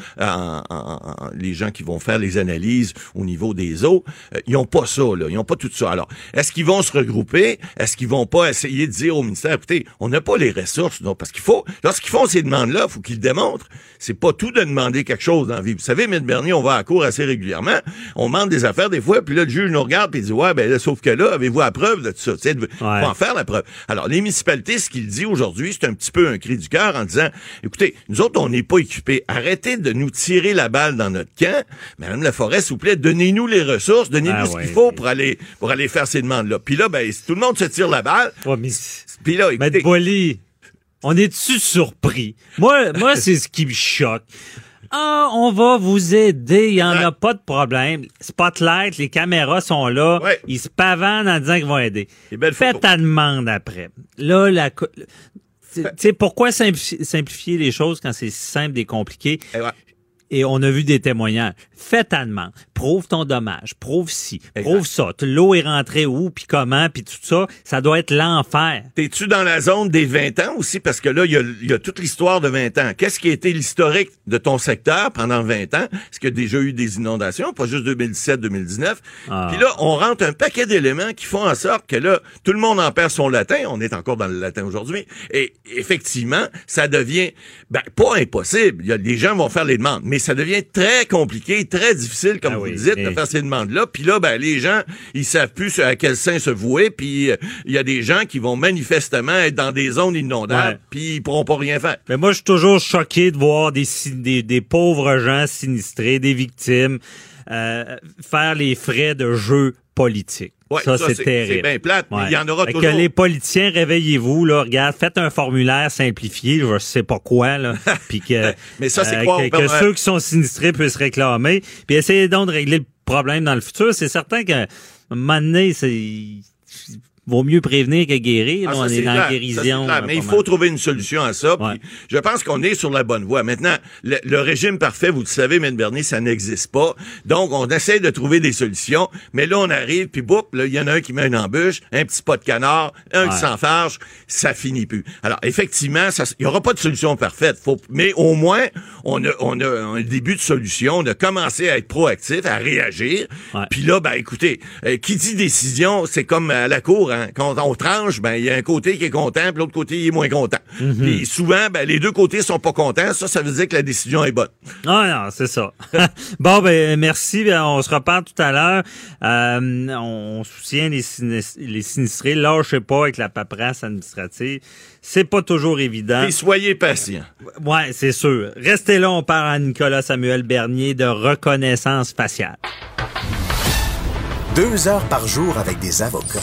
les gens qui vont faire les analyses au niveau des eaux. Ils ont pas ça, là. Ils ont pas tout ça. Alors, est-ce qu'ils vont se regrouper? Est-ce qu'ils vont pas essayer de dire au ministère, écoutez, on n'a pas les ressources, non? Parce lorsqu'ils font ces demandes-là, il faut qu'ils le démontrent. C'est pas tout de demander quelque chose dans la vie. Vous savez, M. Bernier, on va à la cour assez régulièrement. On demande des affaires des fois, puis là, le juge nous regarde et dit, ouais, ben là, sauf que là, avez-vous la preuve de tout ça? Tu sais, faut en faire la preuve. Alors, les municipalités, ce qu'il dit aujourd'hui, c'est un petit peu un cri du cœur en disant, écoutez, nous autres, on n'est pas équipés. Arrêtez de nous tirer la balle dans notre camp. Madame Laforêt, s'il vous plaît, donnez-nous les ressources, donnez-nous ce qu'il faut pour aller faire ces demandes-là. Puis là, ben, tout le monde se tire la balle. Ouais, mais puis là, écoutez, Maître Boily, on est-tu surpris? Moi, c'est ce qui me choque. Ah, on va vous aider, il n'y en a pas de problème. Spotlight, les caméras sont là, ils se pavanent en disant qu'ils vont aider. Fais ta demande après. Là, tu sais, pourquoi simplifier les choses quand c'est simple et compliqué? Et on a vu des témoignages. Fais ta demande. Prouve ton dommage. Prouve ci. Prouve ça. L'eau est rentrée où, puis comment, puis tout ça. Ça doit être l'enfer. T'es-tu dans la zone des 20 ans aussi? Parce que là, il y a toute l'histoire de 20 ans. Qu'est-ce qui a été l'historique de ton secteur pendant 20 ans? Est-ce qu'il y a déjà eu des inondations? Pas juste 2017-2019. Puis là, on rentre un paquet d'éléments qui font en sorte que là, tout le monde en perd son latin. On est encore dans le latin aujourd'hui. Et effectivement, ça devient, pas impossible. Les gens vont faire les demandes. Mais ça devient très compliqué, très difficile, comme vous le dites, de faire ces demandes-là. Puis là, les gens, ils savent plus à quel sein se vouer. Puis il y a des gens qui vont manifestement être dans des zones inondables, puis ils pourront pas rien faire. Mais moi, je suis toujours choqué de voir des pauvres gens sinistrés, des victimes, faire les frais de jeu politique. Ouais, ça c'est terrible. C'est bien plate, mais il y en aura toujours. Que les politiciens, réveillez-vous, là, regarde, faites un formulaire simplifié, je sais pas quoi, là, puis que, mais ça, c'est quoi, que ceux qui sont sinistrés puissent réclamer, puis essayez donc de régler le problème dans le futur. C'est certain qu'à un moment donné, vaut mieux prévenir que guérir. On est dans la guérison. Mais il faut trouver une solution à ça. Puis je pense qu'on est sur la bonne voie. Maintenant, le régime parfait, vous le savez, M. Bernier, ça n'existe pas. Donc, on essaie de trouver des solutions. Mais là, on arrive, puis boum, là, il y en a un qui met une embûche, un petit pot de canard, un qui s'enfarge, ça finit plus. Alors, effectivement, il n'y aura pas de solution parfaite. Mais au moins, on a un début de solution. On a commencé à être proactif, à réagir. Puis là, écoutez, qui dit décision, c'est comme à la cour, hein. Quand on tranche, il y a un côté qui est content, puis l'autre côté, il est moins content. Puis souvent, les deux côtés sont pas contents. Ça veut dire que la décision est bonne. Ah non, c'est ça. Bon, merci. On se reparle tout à l'heure. On soutient les sinistrés. Lâchez pas avec la paperasse administrative. C'est pas toujours évident. Et soyez patients. Ouais, c'est sûr. Restez là, on parle à Nicolas Samuel Bernier de reconnaissance faciale. 2 heures par jour avec des avocats.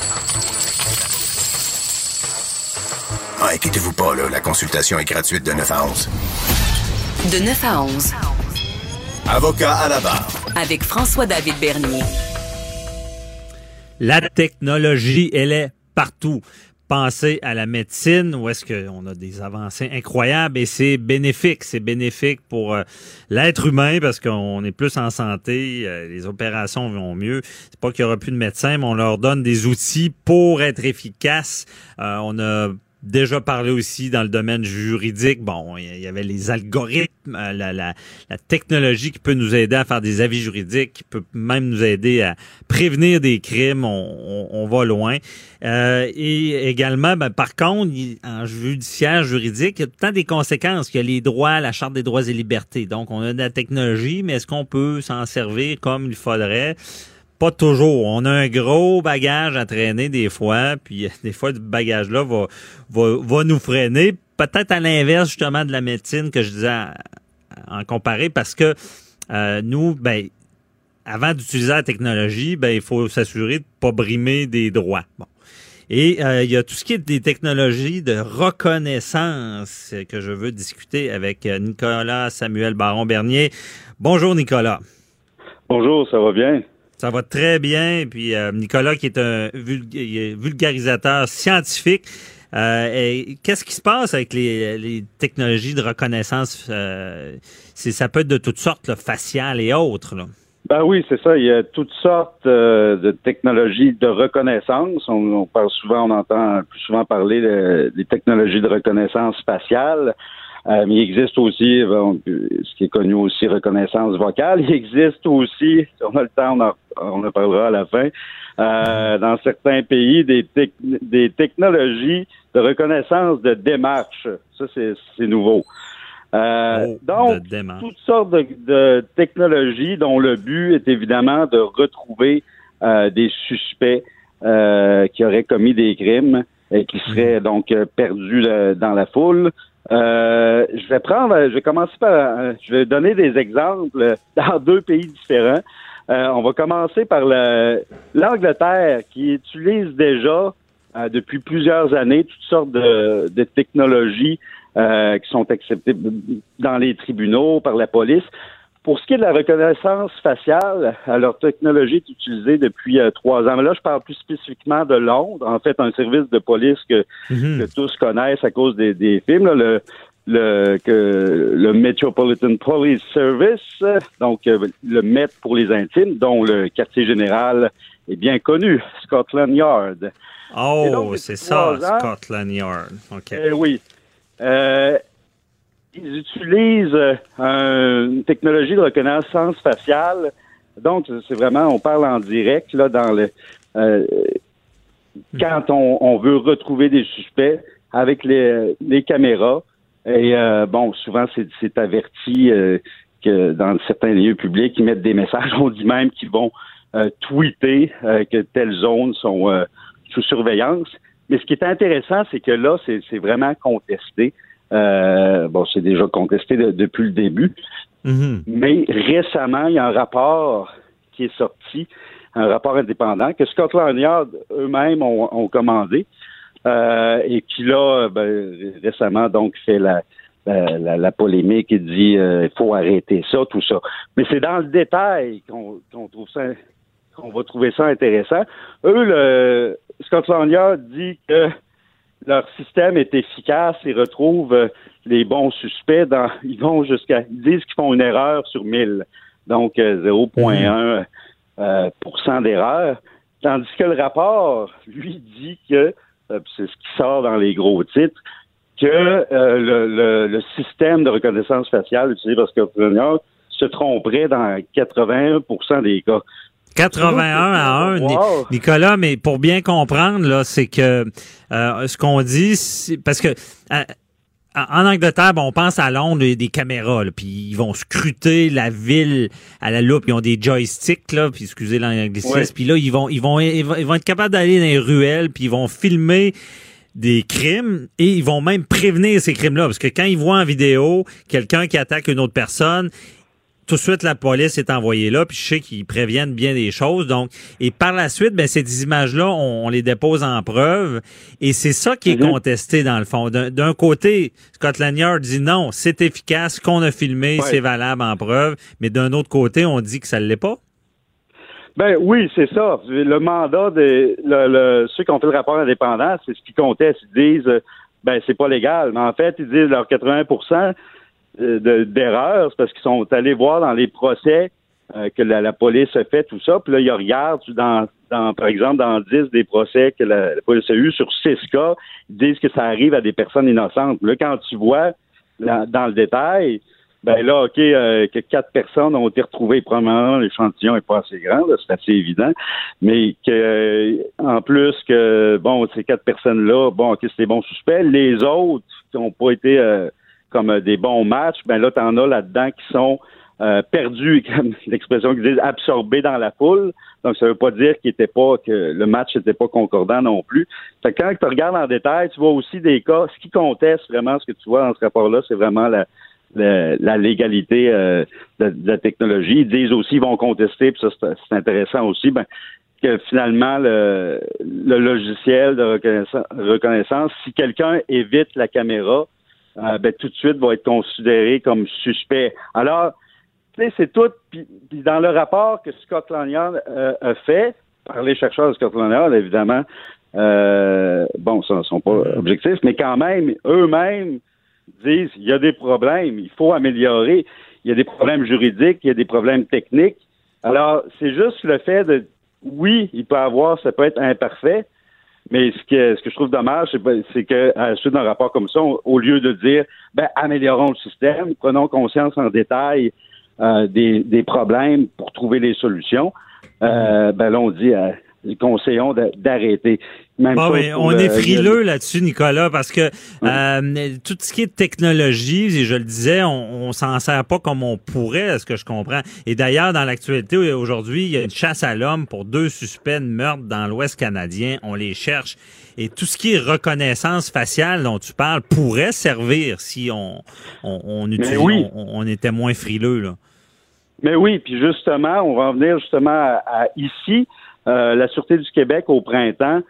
Inquiétez-vous pas, là, la consultation est gratuite de 9 à 11. De 9 à 11. Avocat à la barre. Avec François-David Bernier. La technologie, elle est partout. Pensez à la médecine, où est-ce qu'on a des avancées incroyables et c'est bénéfique. C'est bénéfique pour l'être humain parce qu'on est plus en santé, les opérations vont mieux. C'est pas qu'il y aura plus de médecins, mais on leur donne des outils pour être efficaces. On a déjà parlé aussi dans le domaine juridique. Bon, il y avait les algorithmes, la technologie qui peut nous aider à faire des avis juridiques, qui peut même nous aider à prévenir des crimes. On va loin. Et également, par contre, en judiciaire, juridique, il y a tout le temps des conséquences. Il y a les droits, la Charte des droits et libertés. Donc, on a de la technologie, mais est-ce qu'on peut s'en servir comme il faudrait? Pas toujours. On a un gros bagage à traîner des fois, puis des fois, ce bagage-là va nous freiner. Peut-être à l'inverse, justement, de la médecine que je disais en comparé, parce que nous, avant d'utiliser la technologie, il faut s'assurer de ne pas brimer des droits. Bon. Et il y a tout ce qui est des technologies de reconnaissance que je veux discuter avec Nicolas Samuel Baron-Bernier. Bonjour, Nicolas. Bonjour, ça va bien? Ça va très bien. Puis Nicolas, qui est un vulgarisateur scientifique, qu'est-ce qui se passe avec les technologies de reconnaissance? Ça peut être de toutes sortes, là, faciales et autres, là. Ben oui, c'est ça. Il y a toutes sortes de technologies de reconnaissance. On entend plus souvent parler des technologies de reconnaissance faciale. Mais il existe aussi, ce qui est connu aussi, reconnaissance vocale. Il existe aussi, si on a le temps, on en parlera à la fin, dans certains pays, des technologies de reconnaissance de démarche. Ça, c'est nouveau. Donc, toutes sortes de technologies dont le but est évidemment de retrouver des suspects qui auraient commis des crimes et qui seraient donc perdus dans la foule. Je vais donner des exemples dans deux pays différents. On va commencer par l'Angleterre qui utilise déjà depuis plusieurs années toutes sortes de technologies qui sont acceptées dans les tribunaux, par la police. Pour ce qui est de la reconnaissance faciale, leur technologie est utilisée depuis 3 ans. Mais là, je parle plus spécifiquement de Londres. En fait, un service de police que tous connaissent à cause des films, là, le Metropolitan Police Service, donc le Met pour les intimes, dont le quartier général est bien connu, Scotland Yard. Oh, donc, c'est ça, Scotland Yard. OK. Oui. Ils utilisent une technologie de reconnaissance faciale. Donc, c'est vraiment, on parle en direct, là, dans quand on veut retrouver des suspects avec les caméras. Et souvent, c'est averti que dans certains lieux publics, ils mettent des messages. On dit même qu'ils vont tweeter que telles zones sont sous surveillance. Mais ce qui est intéressant, c'est que là, c'est vraiment contesté. C'est déjà contesté depuis le début. Mais récemment, il y a un rapport qui est sorti, un rapport indépendant, que Scotland Yard eux-mêmes ont commandé, et qui là, récemment, donc, fait la polémique et dit il faut arrêter ça, tout ça. Mais c'est dans le détail qu'on va trouver ça intéressant. Eux, Scotland Yard dit que leur système est efficace et retrouve les bons suspects. Ils disent qu'ils font une erreur sur 1000, donc 0,1% d'erreur. Tandis que le rapport, lui, dit que, c'est ce qui sort dans les gros titres, que le système de reconnaissance faciale utilisé par Scotland Yard se tromperait dans 81% des cas. 81-1, wow. Nicolas, mais pour bien comprendre, là, c'est que ce qu'on dit, parce que en Angleterre, on pense à Londres, il y a des caméras, puis ils vont scruter la ville à la loupe, ils ont des joysticks, là, puis excusez l'anglicisme, puis là, ils vont être capables d'aller dans les ruelles, puis ils vont filmer des crimes et ils vont même prévenir ces crimes-là, parce que quand ils voient en vidéo quelqu'un qui attaque une autre personne, tout de suite, la police est envoyée là, puis je sais qu'ils préviennent bien des choses. Donc, et par la suite, ces images-là, on les dépose en preuve. Et c'est ça qui est contesté, dans le fond. D'un côté, Scotland Yard dit non, c'est efficace, ce qu'on a filmé, c'est valable en preuve. Mais d'un autre côté, on dit que ça ne l'est pas. Oui, c'est ça. Le mandat ceux qui ont fait le rapport indépendant, c'est ce qu'ils contestent. Ils disent, c'est pas légal. Mais en fait, ils disent leur 80% d'erreurs, c'est parce qu'ils sont allés voir dans les procès que la police a fait, tout ça. Puis là, il regarde par exemple, dans 10 des procès que la police a eu, sur 6 cas, ils disent que ça arrive à des personnes innocentes. Là, quand tu vois dans le détail, ben là, OK, que 4 personnes ont été retrouvées. Premièrement, l'échantillon n'est pas assez grand, là, c'est assez évident. Mais que en plus que, bon, ces 4 personnes-là, bon, OK, c'est des bons suspects. Les autres qui n'ont pas été comme des bons matchs, ben là, t'en as là-dedans qui sont perdus, comme l'expression qu'ils disent, absorbés dans la foule. Donc, ça veut pas dire que le match n'était pas concordant non plus. Fait que quand tu regardes en détail, tu vois aussi des cas. Ce qui conteste vraiment, ce que tu vois dans ce rapport-là, c'est vraiment la légalité de la technologie. Ils disent aussi, ils vont contester, puis ça, c'est intéressant aussi, que finalement, le logiciel de reconnaissance, si quelqu'un évite la caméra, tout de suite va être considéré comme suspect. Alors, c'est tout. Puis dans le rapport que Scotland Yard a fait, par les chercheurs de Scotland Yard, évidemment, ça ne sont pas objectifs, mais quand même, eux-mêmes disent il y a des problèmes, il faut améliorer, il y a des problèmes juridiques, il y a des problèmes techniques. Alors, c'est juste le fait de, oui, ça peut être imparfait, mais ce que je trouve dommage, c'est que à la suite d'un rapport comme ça, au lieu de dire améliorons le système, prenons conscience en détail des problèmes pour trouver les solutions, là on dit conseillons d'arrêter. On est frileux là-dessus, Nicolas, parce que tout ce qui est technologie, et je le disais, on s'en sert pas comme on pourrait, à ce que je comprends. Et d'ailleurs, dans l'actualité aujourd'hui, il y a une chasse à l'homme pour 2 suspects de meurtre dans l'Ouest canadien. On les cherche. Et tout ce qui est reconnaissance faciale dont tu parles pourrait servir si on était moins frileux, là. Mais oui, puis justement, on va en venir justement à ici. La Sûreté du Québec, au printemps,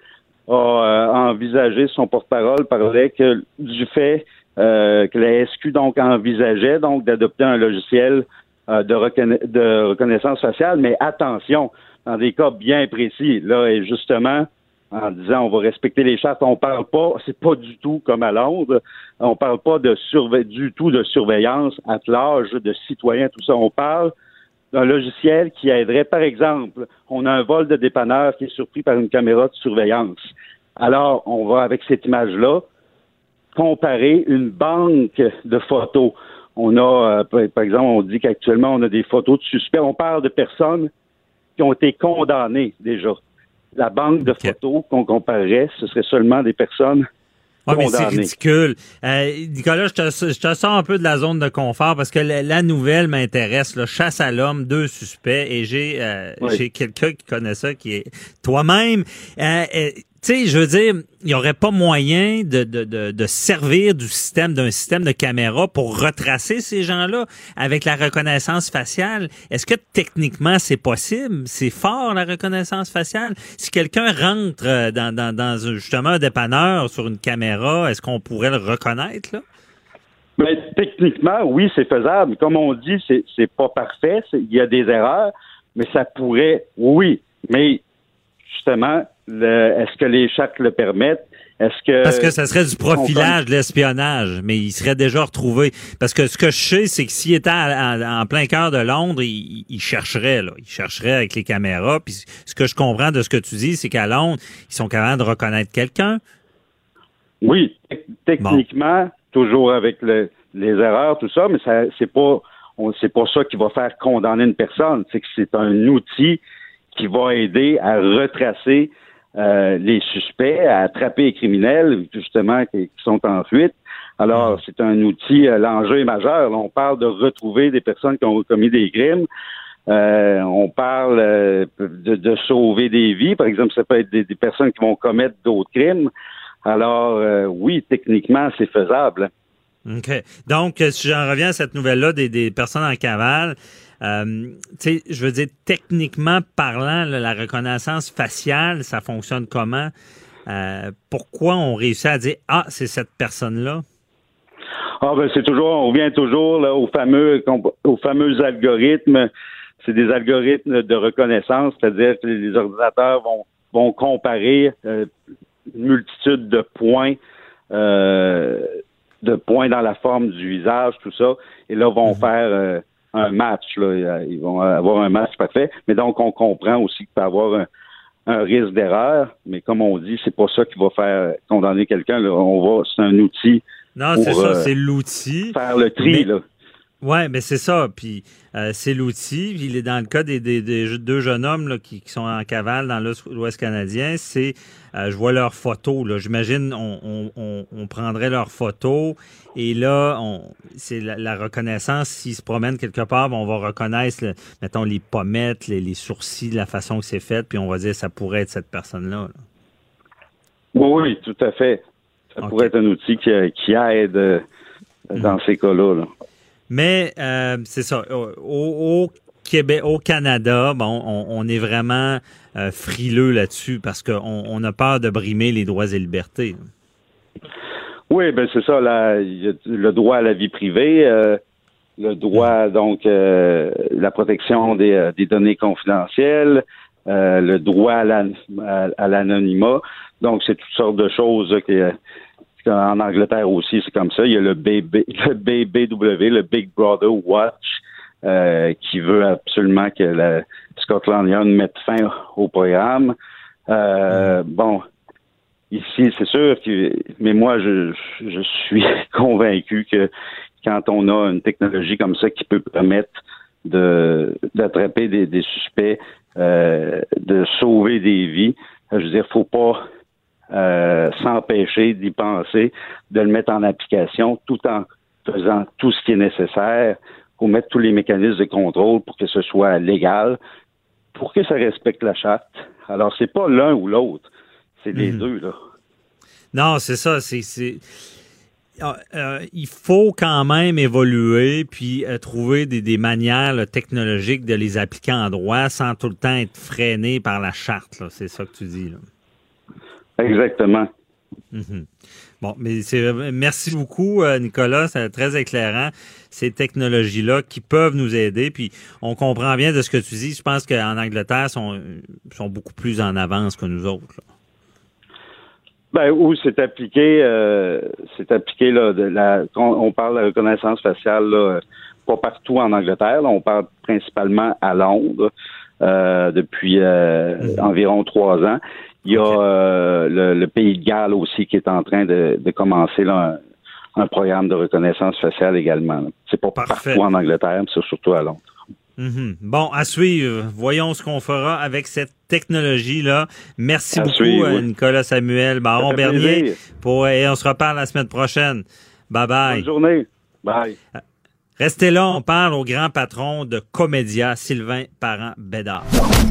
a envisagé, son porte-parole parlait que du fait que la SQ donc envisageait donc d'adopter un logiciel de reconnaissance faciale, mais attention, dans des cas bien précis, là, et justement, en disant on va respecter les chartes, on parle pas, c'est pas du tout comme à Londres, on parle pas du tout de surveillance à l'âge de citoyens, tout ça, on parle d'un logiciel qui aiderait, par exemple, on a un vol de dépanneur qui est surpris par une caméra de surveillance. Alors, on va, avec cette image-là, comparer une banque de photos. On a, par exemple, on dit qu'actuellement, on a des photos de suspects. On parle de personnes qui ont été condamnées déjà. La banque de photos qu'on comparerait, ce serait seulement des personnes mais c'est ridicule. Nicolas, je te sors un peu de la zone de confort parce que la nouvelle m'intéresse. Là, chasse à l'homme, 2 suspects, et j'ai quelqu'un qui connaît ça, qui est toi-même. Tu sais, je veux dire, il y aurait pas moyen de servir d'un système de caméra pour retracer ces gens-là avec la reconnaissance faciale. Est-ce que techniquement c'est possible? C'est fort, la reconnaissance faciale? Si quelqu'un rentre dans justement un dépanneur sur une caméra, est-ce qu'on pourrait le reconnaître, là? Mais techniquement, oui, c'est faisable. Comme on dit, c'est pas parfait. Il y a des erreurs, mais ça pourrait, oui. Mais justement, est-ce que les chartes le permettent? Parce que ça serait du profilage, de l'espionnage, mais il serait déjà retrouvé. Parce que ce que je sais, c'est que s'il était en plein cœur de Londres, il chercherait, là. Il chercherait avec les caméras. Puis ce que je comprends de ce que tu dis, c'est qu'à Londres, ils sont capables de reconnaître quelqu'un. Oui, techniquement, toujours avec les erreurs, tout ça, mais c'est pas ça qui va faire condamner une personne. C'est que c'est un outil qui va aider à retracer les suspects, à attraper les criminels, justement, qui sont en fuite. Alors, c'est un outil, l'enjeu est majeur. Là, on parle de retrouver des personnes qui ont commis des crimes. On parle de sauver des vies. Par exemple, ça peut être des personnes qui vont commettre d'autres crimes. Alors, oui, techniquement, c'est faisable. OK. Donc, si j'en reviens à cette nouvelle-là des personnes en cavale, tu sais, je veux dire, techniquement parlant, là, la reconnaissance faciale, ça fonctionne comment? Pourquoi on réussit à dire « Ah, c'est cette personne-là » ? On revient toujours là, aux fameux algorithmes. C'est des algorithmes de reconnaissance, c'est-à-dire que les ordinateurs vont comparer une multitude de points dans la forme du visage, tout ça, et là vont faire un match, là. Ils vont avoir un match parfait. Mais donc, on comprend aussi qu'il peut y avoir un risque d'erreur. Mais comme on dit, c'est pas ça qui va faire condamner quelqu'un. Là. C'est un outil. Non, c'est ça, c'est l'outil. Faire le tri, là. Oui, mais c'est ça. Puis c'est l'outil. Puis il est dans le cas des deux jeunes hommes là, qui sont en cavale dans l'Ouest canadien, c'est je vois leurs photos. Là. J'imagine on prendrait leurs photos et là, c'est la reconnaissance. S'ils se promènent quelque part, on va reconnaître, mettons, les pommettes, les sourcils, la façon que c'est fait, puis on va dire ça pourrait être cette personne-là. Là. Oui, tout à fait. Ça pourrait être un outil qui aide dans ces cas-là. Là. Mais c'est ça. Au Québec, au Canada, bon, on est vraiment frileux là-dessus parce qu'on a peur de brimer les droits et libertés. Oui, ben c'est ça. Il y a le droit à la vie privée, le droit donc la protection des données confidentielles, le droit à l'anonymat. Donc c'est toutes sortes de choses en Angleterre aussi, c'est comme ça. Il y a le BBW, le Big Brother Watch, qui veut absolument que Scotland Yard mette fin au programme. Bon, ici, c'est sûr mais moi, je suis convaincu que quand on a une technologie comme ça qui peut permettre d'attraper des suspects, de sauver des vies, je veux dire, faut pas s'empêcher d'y penser, de le mettre en application tout en faisant tout ce qui est nécessaire pour mettre tous les mécanismes de contrôle pour que ce soit légal, pour que ça respecte la charte. Alors, c'est pas l'un ou l'autre, c'est les deux, là. Non, c'est ça, il faut quand même évoluer puis trouver des manières là, technologiques de les appliquer en droit sans tout le temps être freiné par la charte, là. C'est ça que tu dis, là. Exactement. Mm-hmm. Bon, mais merci beaucoup, Nicolas. C'est très éclairant, ces technologies-là qui peuvent nous aider. Puis, on comprend bien de ce que tu dis. Je pense qu'en Angleterre, sont beaucoup plus en avance que nous autres, là. Ben, où c'est appliqué là, on parle de la reconnaissance faciale, là, pas partout en Angleterre. Là, on parle principalement à Londres depuis environ 3 ans. Il y a le Pays de Galles aussi qui est en train de commencer là, un programme de reconnaissance faciale également. Là. C'est pas partout en Angleterre, mais c'est surtout à Londres. Mm-hmm. Bon, à suivre. Voyons ce qu'on fera avec cette technologie-là. Merci beaucoup, Nicolas Samuel Baron-Bernier. Et on se reparle la semaine prochaine. Bye-bye. Bonne journée. Bye. Restez là, on parle au grand patron de Comédia, Sylvain Parent-Bédard.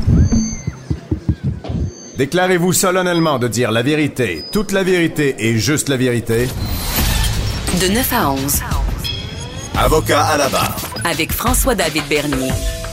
Déclarez-vous solennellement de dire la vérité, toute la vérité et juste la vérité. De 9 à 11. Avocat à la barre. Avec François-David Bernier.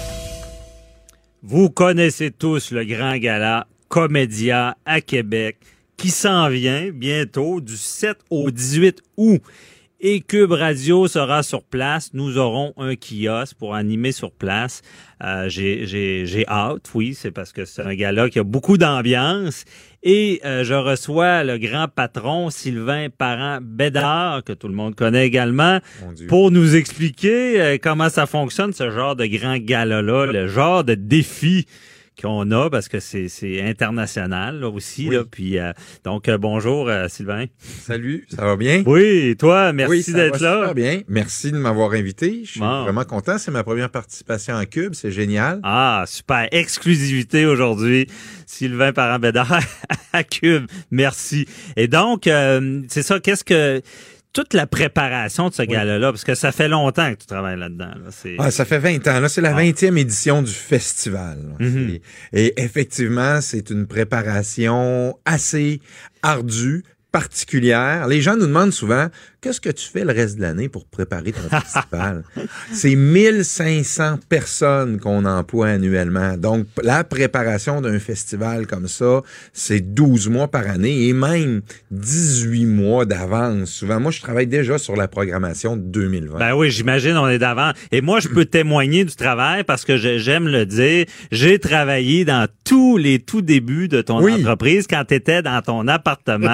Vous connaissez tous le grand gala Comédia à Québec qui s'en vient bientôt du 7 au 18 août. Et Cube Radio sera sur place. Nous aurons un kiosque pour animer sur place. J'ai hâte, oui, c'est parce que c'est un gala qui a beaucoup d'ambiance. Et je reçois le grand patron Sylvain Parent-Bédard, que tout le monde connaît également, pour nous expliquer comment ça fonctionne, ce genre de grand gala-là, le genre de défi qu'on a, parce que c'est international là, aussi. Oui. Là, puis, donc, bonjour Sylvain. Salut, ça va bien? Oui, et toi, merci d'être là. Super bien, merci de m'avoir invité. Je suis vraiment content, c'est ma première participation en Cube, c'est génial. Ah, super, exclusivité aujourd'hui. Sylvain Parent-Bédard à Cube, merci. Et donc, c'est ça, toute la préparation de ce gala-là, parce que ça fait longtemps que tu travailles là-dedans. Là. Ça fait 20 ans. Là, c'est la 20e édition du festival. Mm-hmm. Et effectivement, c'est une préparation assez ardue, particulière. Les gens nous demandent souvent, qu'est-ce que tu fais le reste de l'année pour préparer ton festival? C'est 1500 personnes qu'on emploie annuellement. Donc, la préparation d'un festival comme ça, c'est 12 mois par année et même 18 mois d'avance. Souvent, moi, je travaille déjà sur la programmation de 2020. Ben oui, j'imagine, on est d'avant. Et moi, je peux témoigner du travail parce que j'aime le dire. J'ai travaillé dans tous les tout débuts de ton entreprise quand tu étais dans ton appartement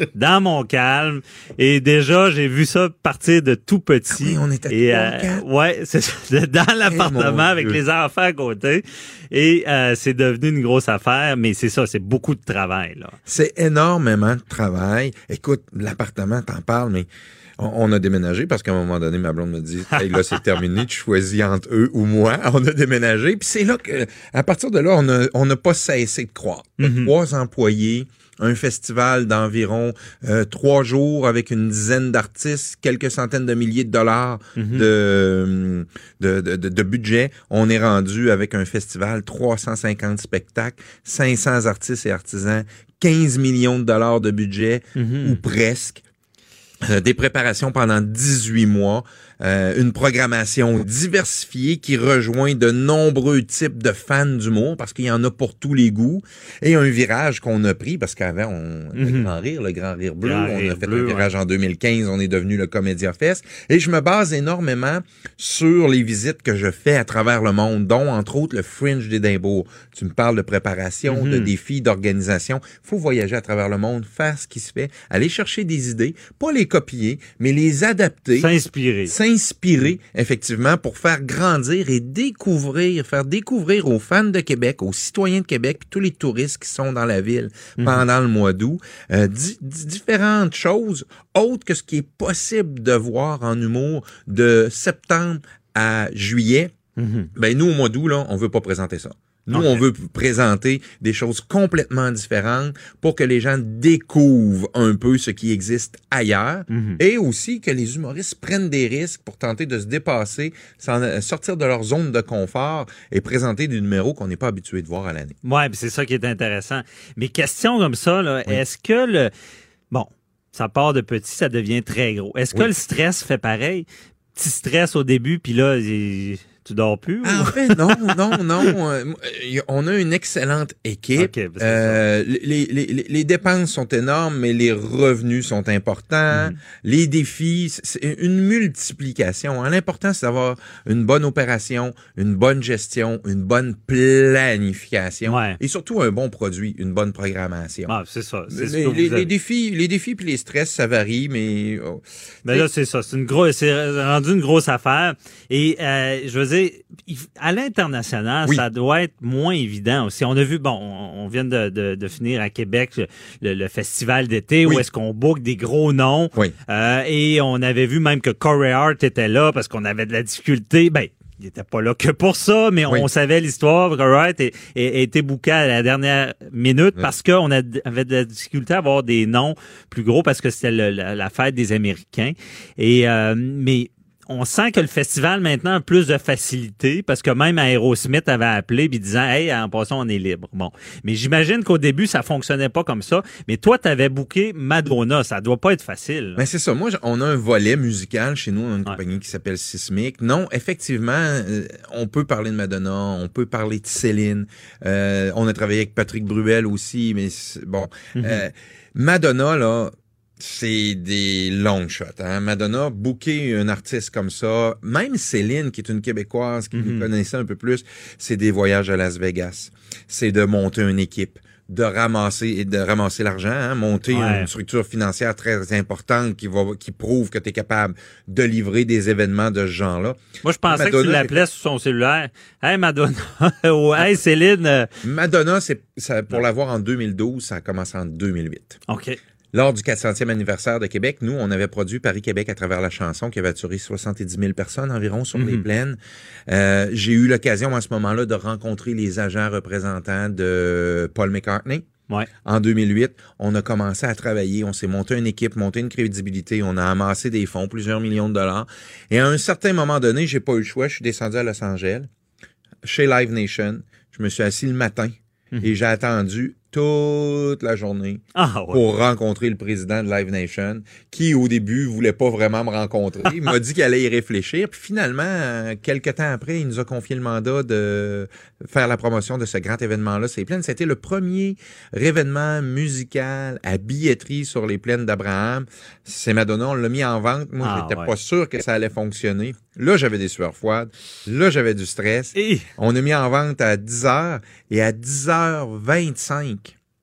dans mon calme. Et déjà, j'ai vu ça partir de tout petit. Oui, on était et, ouais, c'est dans l'appartement avec les enfants à côté. Et c'est devenu une grosse affaire, mais c'est ça, c'est beaucoup de travail, là. C'est énormément de travail. Écoute, l'appartement, t'en parles, mais on a déménagé parce qu'à un moment donné, ma blonde me dit, hey, là, c'est terminé, tu choisis entre eux ou moi. On a déménagé. Puis c'est là que, à partir de là, on n'a pas cessé de croître. 3 employés, un festival d'environ 3 jours avec une dizaine d'artistes, quelques centaines de milliers de dollars de budget. On est rendu avec un festival, 350 spectacles, 500 artistes et artisans, 15 millions de dollars de budget, ou presque. Des préparations pendant 18 mois, une programmation diversifiée qui rejoint de nombreux types de fans d'humour parce qu'il y en a pour tous les goûts, et un virage qu'on a pris parce qu'avant le Grand Rire Bleu, on a fait un virage en 2015, on est devenu le Comédia Fest, et je me base énormément sur les visites que je fais à travers le monde, dont entre autres le Fringe d'Édimbourg. Tu me parles de préparation, de défis, d'organisation. Faut voyager à travers le monde, faire ce qui se fait, aller chercher des idées, pas les copier, mais les adapter. S'inspirer, effectivement, pour faire grandir et faire découvrir aux fans de Québec, aux citoyens de Québec, puis tous les touristes qui sont dans la ville pendant le mois d'août, différentes choses autres que ce qui est possible de voir en humour de septembre à juillet. Ben, nous, au mois d'août, là, on veut pas présenter ça. Nous, on veut présenter des choses complètement différentes pour que les gens découvrent un peu ce qui existe ailleurs, et aussi que les humoristes prennent des risques pour tenter de se dépasser, sortir de leur zone de confort et présenter des numéros qu'on n'est pas habitué de voir à l'année. Ouais, c'est ça qui est intéressant. Mais question comme ça, là, est-ce que ça part de petit, ça devient très gros. Est-ce que le stress fait pareil? Petit stress au début, puis là, tu dors plus? En fait, non. On a une excellente équipe. Les dépenses sont énormes, mais les revenus sont importants. Les défis, c'est une multiplication. L'important, c'est d'avoir une bonne opération, une bonne gestion, une bonne planification, et surtout un bon produit, une bonne programmation. C'est ça. Les défis puis les stress, ça varie, mais... là, c'est ça. C'est rendu une grosse affaire. Et je veux dire, à l'international, ça doit être moins évident aussi. On a vu, on vient de finir à Québec le festival d'été où est-ce qu'on book des gros noms. Et on avait vu même que Corey Hart était là parce qu'on avait de la difficulté. Il était pas là que pour ça, mais on savait l'histoire. Corey Hart était booké à la dernière minute parce qu'on avait de la difficulté à avoir des noms plus gros parce que c'était la fête des Américains. Et mais on sent que le festival maintenant a plus de facilité parce que même Aerosmith avait appelé puis disant « Hey, en passant, on est libre ». Bon. Mais j'imagine qu'au début, ça fonctionnait pas comme ça. Mais toi, t'avais booké Madonna. Ça doit pas être facile. Ben, c'est ça. Moi, on a un volet musical chez nous, une compagnie qui s'appelle Sismic. Non, effectivement, on peut parler de Madonna, on peut parler de Céline. On a travaillé avec Patrick Bruel aussi, mais bon. Madonna, là, c'est des long shots. Madonna, booker un artiste comme ça, même Céline, qui est une Québécoise, qui nous connaissait un peu plus, c'est des voyages à Las Vegas. C'est de monter une équipe, de ramasser l'argent, monter une structure financière très importante qui prouve que tu es capable de livrer des événements de ce genre-là. Moi, je pensais Madonna, que tu l'appelais sur son cellulaire. Hey, Madonna! Ou Hey, Céline! Madonna, pour l'avoir en 2012, ça a commencé en 2008. OK. Lors du 400e anniversaire de Québec, nous, on avait produit Paris-Québec à travers la chanson qui avait attiré 70 000 personnes environ sur les plaines. J'ai eu l'occasion à ce moment-là de rencontrer les agents représentants de Paul McCartney. En 2008, on a commencé à travailler, on s'est monté une équipe, monté une crédibilité, on a amassé des fonds, plusieurs millions de dollars. Et à un certain moment donné, j'ai pas eu le choix, je suis descendu à Los Angeles, chez Live Nation. Je me suis assis le matin et j'ai attendu toute la journée pour rencontrer le président de Live Nation, qui au début voulait pas vraiment me rencontrer. Il m'a dit qu'il allait y réfléchir. Puis finalement, quelques temps après, il nous a confié le mandat de faire la promotion de ce grand événement-là. C'est Plaines. C'était le premier événement musical à billetterie sur les plaines d'Abraham. C'est Madonna, on l'a mis en vente. Moi, j'étais pas sûr que ça allait fonctionner. Là, j'avais des sueurs froides. Là, j'avais du stress. On a mis en vente à 10h et à 10h25,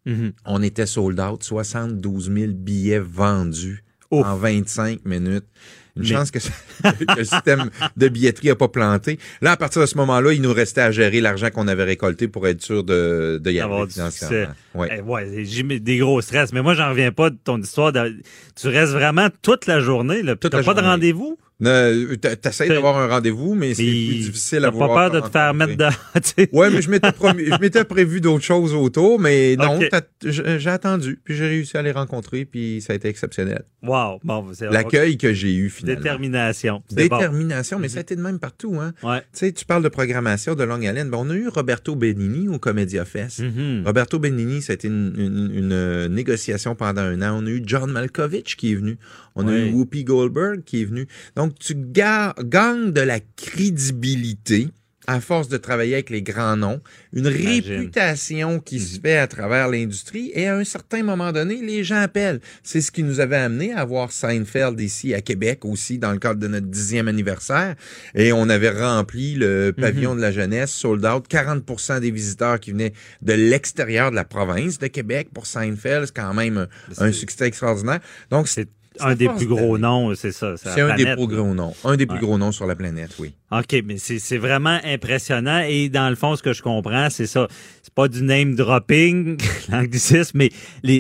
On était sold out, 72 000 billets vendus en 25 minutes. Une chance que le système de billetterie n'a pas planté. Là, à partir de ce moment-là, il nous restait à gérer l'argent qu'on avait récolté pour être sûr de y aller financièrement. J'ai mis des gros stress. Mais moi, j'en reviens pas de ton histoire. Tu restes vraiment toute la journée. T'as pas de rendez-vous? T'essayes d'avoir un rendez-vous, mais c'est plus difficile à vouloir. T'as pas peur de te faire mettre dedans. Ouais, mais je m'étais prévu d'autres choses autour, mais non, j'ai attendu, puis j'ai réussi à les rencontrer, puis ça a été exceptionnel. Wow. Bon, c'est l'accueil que j'ai eu finalement. Détermination. Mais ça a été de même partout, hein. Ouais. Tu sais, tu parles de programmation de longue haleine. Ben, on a eu Roberto Benigni au Comédia Fest. Roberto Benigni, ça a été une négociation pendant 1 an. On a eu John Malkovich qui est venu. On a eu Whoopi Goldberg qui est venu. Donc, tu gagnes de la crédibilité à force de travailler avec les grands noms, une réputation qui se fait à travers l'industrie, et à un certain moment donné, les gens appellent. C'est ce qui nous avait amené à voir Seinfeld ici à Québec aussi, dans le cadre de notre 10e anniversaire, et on avait rempli le pavillon de la jeunesse, sold out, 40% des visiteurs qui venaient de l'extérieur de la province de Québec pour Seinfeld, c'est quand même un succès extraordinaire. Donc, c'est un des plus gros noms, c'est ça. C'est un des plus gros noms. Un des plus gros noms sur la planète, oui. OK, mais c'est vraiment impressionnant. Et dans le fond, ce que je comprends, c'est ça. C'est pas du name dropping, l'anglicisme, mais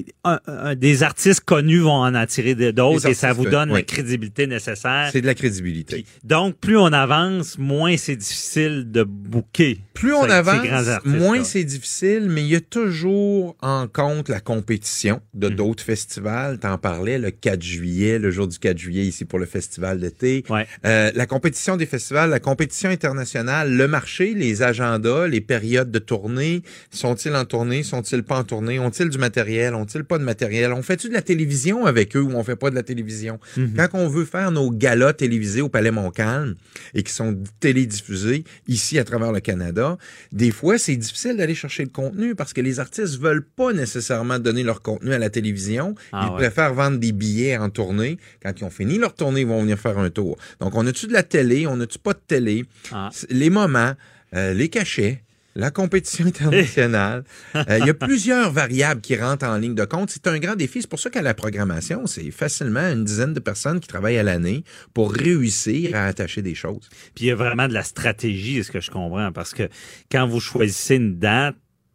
des artistes connus vont en attirer d'autres et ça vous donne la crédibilité nécessaire. C'est de la crédibilité. Puis, donc, plus on avance, moins c'est difficile de booker. Plus on avance, moins c'est difficile, mais il y a toujours en compte la compétition de d'autres festivals. T'en parlais, le 4 juillet, le jour du 4 juillet ici pour le festival d'été. Ouais. La compétition des festivals, la compétition internationale, le marché, les agendas, les périodes de tournée, sont-ils en tournée, sont-ils pas en tournée, ont-ils du matériel, ont-ils pas de matériel, on fait-tu de la télévision avec eux ou on fait pas de la télévision? Quand on veut faire nos galas télévisés au Palais Montcalm et qui sont télédiffusés ici à travers le Canada, des fois c'est difficile d'aller chercher le contenu parce que les artistes veulent pas nécessairement donner leur contenu à la télévision, ils préfèrent vendre des billets en tournée. Quand ils ont fini leur tournée, ils vont venir faire un tour. Donc on a-tu de la télé, on a-tu pas de télé, les moments, les cachets, la compétition internationale. Il y a plusieurs variables qui rentrent en ligne de compte. C'est un grand défi. C'est pour ça qu'à la programmation, c'est facilement une dizaine de personnes qui travaillent à l'année pour réussir à attacher des choses. Puis il y a vraiment de la stratégie, est-ce que je comprends? Parce que quand vous choisissez une date,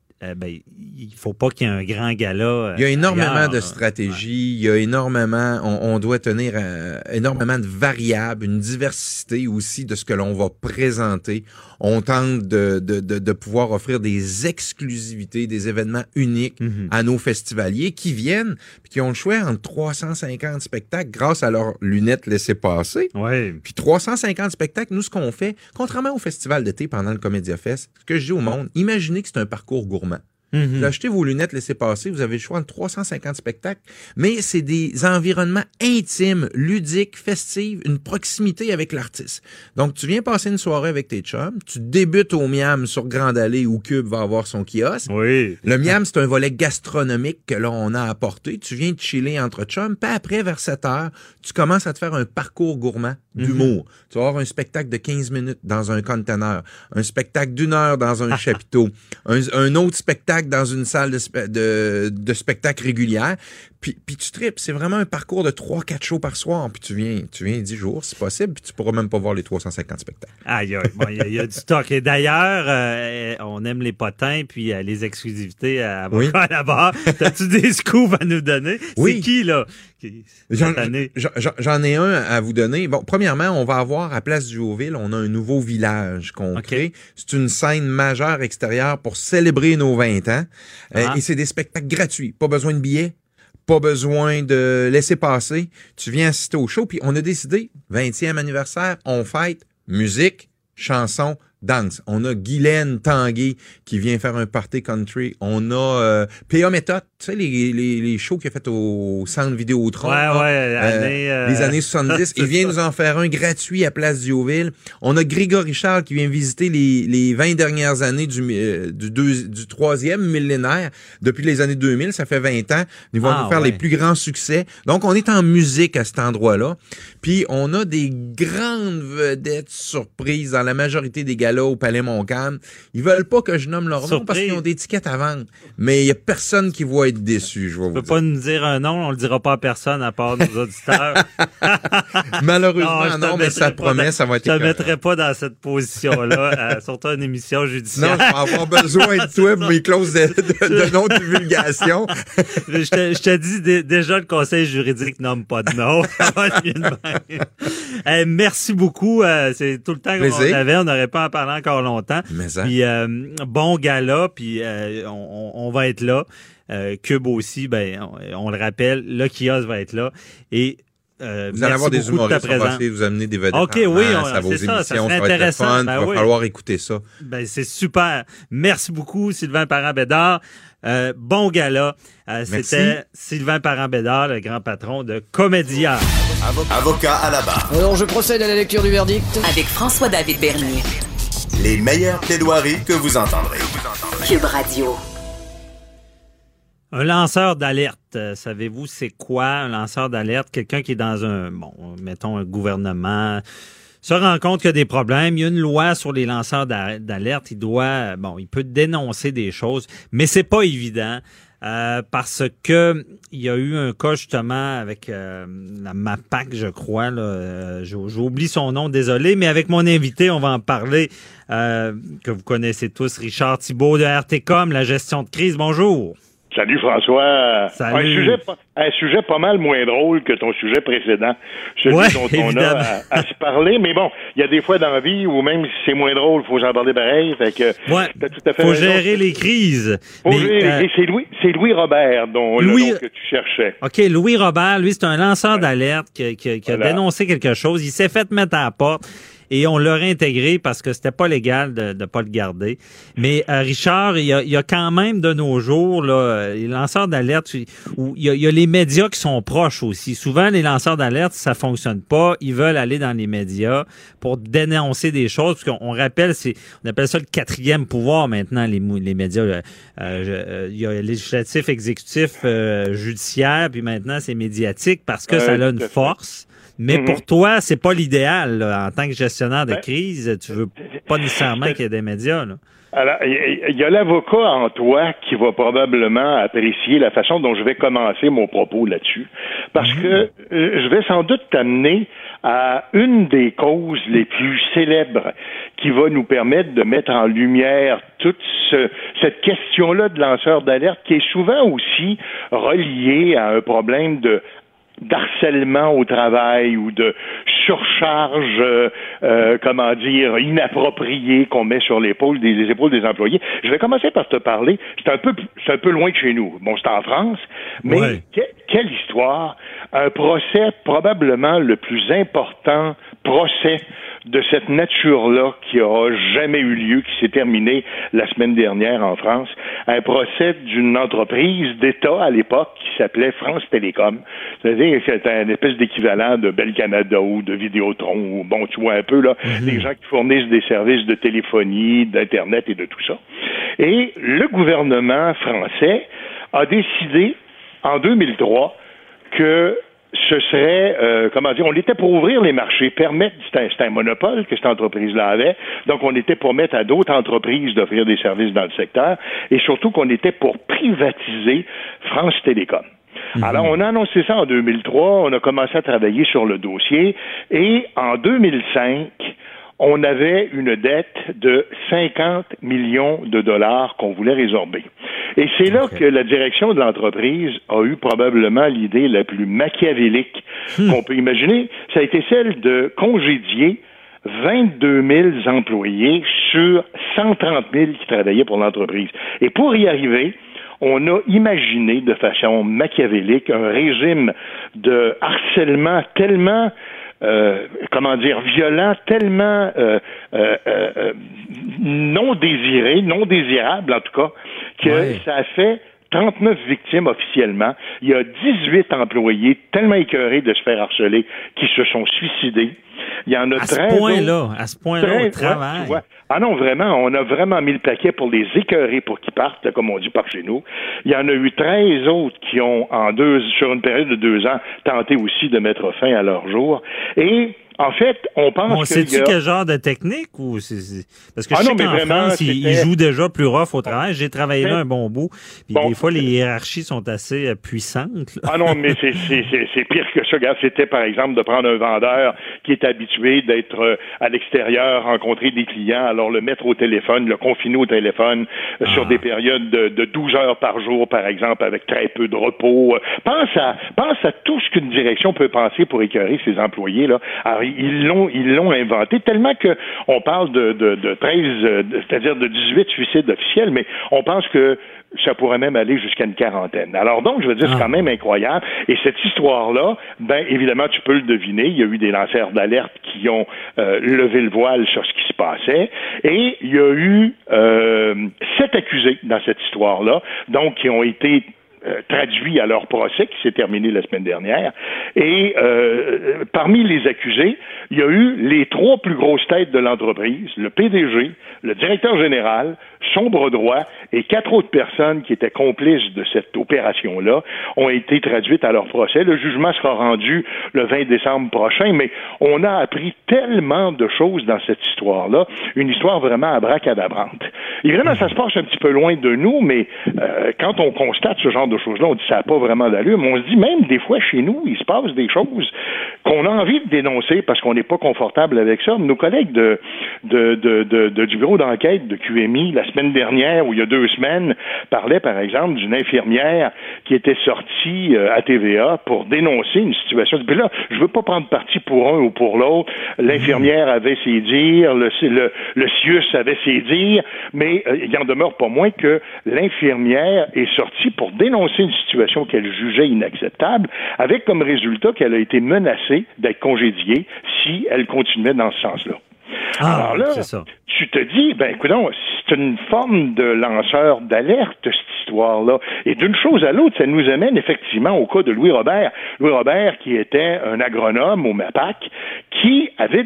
il faut pas qu'il y ait un grand gala. Il y a énormément de stratégies, il y a énormément, on doit tenir énormément de variables, une diversité aussi de ce que l'on va présenter. On tente de pouvoir offrir des exclusivités, des événements uniques à nos festivaliers qui viennent puis qui ont le choix entre 350 spectacles grâce à leurs lunettes laissez-passer. Ouais. Puis 350 spectacles, nous, ce qu'on fait, contrairement au festival d'été pendant le Comédia Fest, ce que je dis au monde, imaginez que c'est un parcours gourmand. Vous achetez vos lunettes, laissez passer, vous avez le choix de 350 spectacles, mais c'est des environnements intimes, ludiques, festifs, une proximité avec l'artiste. Donc, tu viens passer une soirée avec tes chums, tu débutes au Miam sur Grande Allée où Cube va avoir son kiosque. Oui. Le Miam, c'est un volet gastronomique que l'on a apporté. Tu viens de chiller entre chums, puis après, vers 7 heures, tu commences à te faire un parcours gourmand d'humour. Tu vas avoir un spectacle de 15 minutes dans un conteneur, un spectacle d'1 heure dans un chapiteau, un autre spectacle dans une salle de spectacle régulière, puis tu tripes. C'est vraiment un parcours de 3-4 shows par soir, puis tu viens 10 jours, c'est possible, puis tu pourras même pas voir les 350 spectacles. Aïe, bon, il y a du stock. Et d'ailleurs, on aime les potins, puis les exclusivités à la barre. T'as-tu des scoops à nous donner? Oui. C'est qui, là? J'en ai un à vous donner. Bon, premièrement, on va avoir à Place du Haut-Ville, on a un nouveau village qu'on crée. C'est une scène majeure extérieure pour célébrer nos 20 ans. Et c'est des spectacles gratuits. Pas besoin de billets. Pas besoin de laisser passer. Tu viens assister au show. Puis on a décidé, 20e anniversaire, on fête musique, chansons, danse. On a Guylaine Tanguay qui vient faire un party country. On a P.A. Méthode, tu sais, les shows qu'il a fait au Centre Vidéotron. Les années 70. Il vient nous en faire un gratuit à Place du Haut-Ville. On a Grégory Charles qui vient visiter les 20 dernières années du 3e millénaire. Depuis les années 2000, ça fait 20 ans. Ils vont nous faire les plus grands succès. Donc, on est en musique à cet endroit-là. Puis, on a des grandes vedettes surprises dans la majorité des galas gala au Palais Montcalm. Ils veulent pas que je nomme leur nom parce qu'ils ont des tickets à vendre. Mais il y a personne qui va être déçu, je vais vous dire. Tu peux pas nous dire un nom, on le dira pas à personne à part nos auditeurs. Malheureusement, non, mais ça promet, ça va être écœurant. Je ne mettrai pas dans cette position-là, surtout une émission judiciaire. Non, je vais avoir besoin de toi pour mes clauses de non-divulgation. je te dis, déjà, le conseil juridique nomme pas de nom. Merci beaucoup. C'est tout le temps qu'on avait. On n'aurait pas en parler encore longtemps. Puis, bon gala, puis on va être là. Cube aussi, on le rappelle, le kiosque va être là. Et vous allez avoir des humoristes, on va essayer de vous amener des vedettes. OK, oui, à vos émissions, ça va être le fun, il va falloir écouter ça. C'est super. Merci beaucoup, Sylvain Parent-Bédard. Bon gala. C'était Sylvain Parent-Bédard, le grand patron de Comédia. Avocat à la barre. Alors, je procède à la lecture du verdict. Avec François-David Bernier. Les meilleures plaidoiries que vous entendrez. Cube Radio. Un lanceur d'alerte, savez-vous c'est quoi un lanceur d'alerte? Quelqu'un qui est dans mettons un gouvernement, se rend compte qu'il y a des problèmes. Il y a une loi sur les lanceurs d'alerte. Il peut dénoncer des choses, mais c'est pas évident. Parce que il y a eu un cas justement avec la MAPAC, je crois. J'oublie son nom, désolé, mais avec mon invité, on va en parler, que vous connaissez tous, Richard Thibault de RTCOM, la gestion de crise. Bonjour. Salut François. Salut. Un sujet pas mal moins drôle que ton sujet précédent, celui dont on a à se parler. Mais bon, il y a des fois dans la vie où même si c'est moins drôle, il faut s'en parler pareil. Fait que t'as tout à fait faut raison. Gérer les crises. C'est Louis Robert dont le nom que tu cherchais. OK, Louis Robert, lui, c'est un lanceur d'alerte qui a dénoncé quelque chose. Il s'est fait mettre à la porte. Et on l'a réintégré parce que c'était pas légal de pas le garder. Mais Richard, il y a quand même de nos jours là, les lanceurs d'alerte où il y a les médias qui sont proches aussi. Souvent, les lanceurs d'alerte, ça fonctionne pas. Ils veulent aller dans les médias pour dénoncer des choses. Parce qu'on rappelle, on appelle ça le 4e pouvoir maintenant, les médias. Il y a législatif, exécutif, judiciaire, puis maintenant c'est médiatique parce que ça a une force. Mais pour toi, c'est pas l'idéal, là. En tant que gestionnaire de crise, tu veux pas nécessairement qu'il y ait des médias, là. Alors, il y a l'avocat en toi qui va probablement apprécier la façon dont je vais commencer mon propos là-dessus. Parce que je vais sans doute t'amener à une des causes les plus célèbres qui va nous permettre de mettre en lumière toute cette question-là de lanceur d'alerte qui est souvent aussi reliée à un problème d'harcèlement au travail ou de surcharge, inappropriée qu'on met sur les épaules des employés. Je vais commencer par te parler. C'est un peu loin de chez nous. Bon, c'est en France, mais quelle histoire! Un procès probablement le plus important procès de cette nature-là qui a jamais eu lieu, qui s'est terminé la semaine dernière en France. Un procès d'une entreprise d'État à l'époque qui s'appelait France Télécom. C'est-à-dire que c'était un espèce d'équivalent de Bell Canada ou de Vidéotron ou bon, tu vois un peu là, des gens qui fournissent des services de téléphonie, d'Internet et de tout ça. Et le gouvernement français a décidé en 2003 que ce serait, on était pour ouvrir les marchés, permettre, c'était un monopole que cette entreprise-là avait, donc on était pour mettre à d'autres entreprises d'offrir des services dans le secteur, et surtout qu'on était pour privatiser France Télécom. Alors, on a annoncé ça en 2003, on a commencé à travailler sur le dossier, et en 2005, on avait une dette de 50 millions de dollars qu'on voulait résorber. Et c'est là que la direction de l'entreprise a eu probablement l'idée la plus machiavélique qu'on peut imaginer. Ça a été celle de congédier 22 000 employés sur 130 000 qui travaillaient pour l'entreprise. Et pour y arriver, on a imaginé de façon machiavélique un régime de harcèlement tellement violent, tellement non désiré, non désirable en tout cas, que ça a fait 39 victimes officiellement. Il y a 18 employés tellement écœurés de se faire harceler qui se sont suicidés. Il y en a 13 à ce point-là, au travail. Ah non, vraiment, on a vraiment mis le paquet pour les écœurer pour qu'ils partent, comme on dit par chez nous. Il y en a eu 13 autres qui ont, sur une période de 2 ans, tenté aussi de mettre fin à leur jour. Et En fait, on pense que... Sais-tu quel genre de technique? Ou Parce que je sais qu'en France, ils jouent déjà plus rough au travail. J'ai travaillé là un bon bout. Puis des fois, les hiérarchies sont assez puissantes. Là. Ah non, mais c'est pire que ça. Regarde, c'était par exemple de prendre un vendeur qui est habitué d'être à l'extérieur, rencontrer des clients, alors le mettre au téléphone, le confiner au téléphone sur des périodes de 12 heures par jour, par exemple, avec très peu de repos. Pense à tout ce qu'une direction peut penser pour écœurer ses employés, là. Alors, ils l'ont inventé tellement que on parle de 13, c'est-à-dire de 18 suicides officiels, mais on pense que ça pourrait même aller jusqu'à une quarantaine. Alors donc, je veux dire, c'est quand même incroyable. Et cette histoire-là, ben évidemment, tu peux le deviner, il y a eu des lanceurs d'alerte qui ont levé le voile sur ce qui se passait. Et il y a eu 7 accusés dans cette histoire-là, donc qui ont été traduit à leur procès qui s'est terminé la semaine dernière. Et parmi les accusés, il y a eu les 3 plus grosses têtes de l'entreprise, le PDG, le directeur général, son bras droit et 4 autres personnes qui étaient complices de cette opération-là ont été traduites à leur procès. Le jugement sera rendu le 20 décembre prochain, mais on a appris tellement de choses dans cette histoire-là, une histoire vraiment abracadabrante. Évidemment, ça se passe un petit peu loin de nous, mais quand on constate ce genre de choses-là, on dit ça n'a pas vraiment d'allure, mais on se dit même des fois chez nous, il se passe des choses qu'on a envie de dénoncer parce qu'on n'est pas confortable avec ça. Nos collègues du bureau d'enquête de QMI, la semaine dernière ou il y a 2 semaines, parlaient par exemple d'une infirmière qui était sortie à TVA pour dénoncer une situation. Puis là, je veux pas prendre parti pour un ou pour l'autre. L'infirmière avait ses dires, le CIUS avait ses dires, mais il en demeure pas moins que l'infirmière est sortie pour dénoncer une situation qu'elle jugeait inacceptable, avec comme résultat qu'elle a été menacée d'être congédiée si elle continuait dans ce sens-là. Alors là, tu te dis, ben écoute, c'est une forme de lanceur d'alerte, cette histoire-là. Et d'une chose à l'autre, ça nous amène effectivement au cas de Louis Robert. Louis Robert, qui était un agronome au MAPAC, qui avait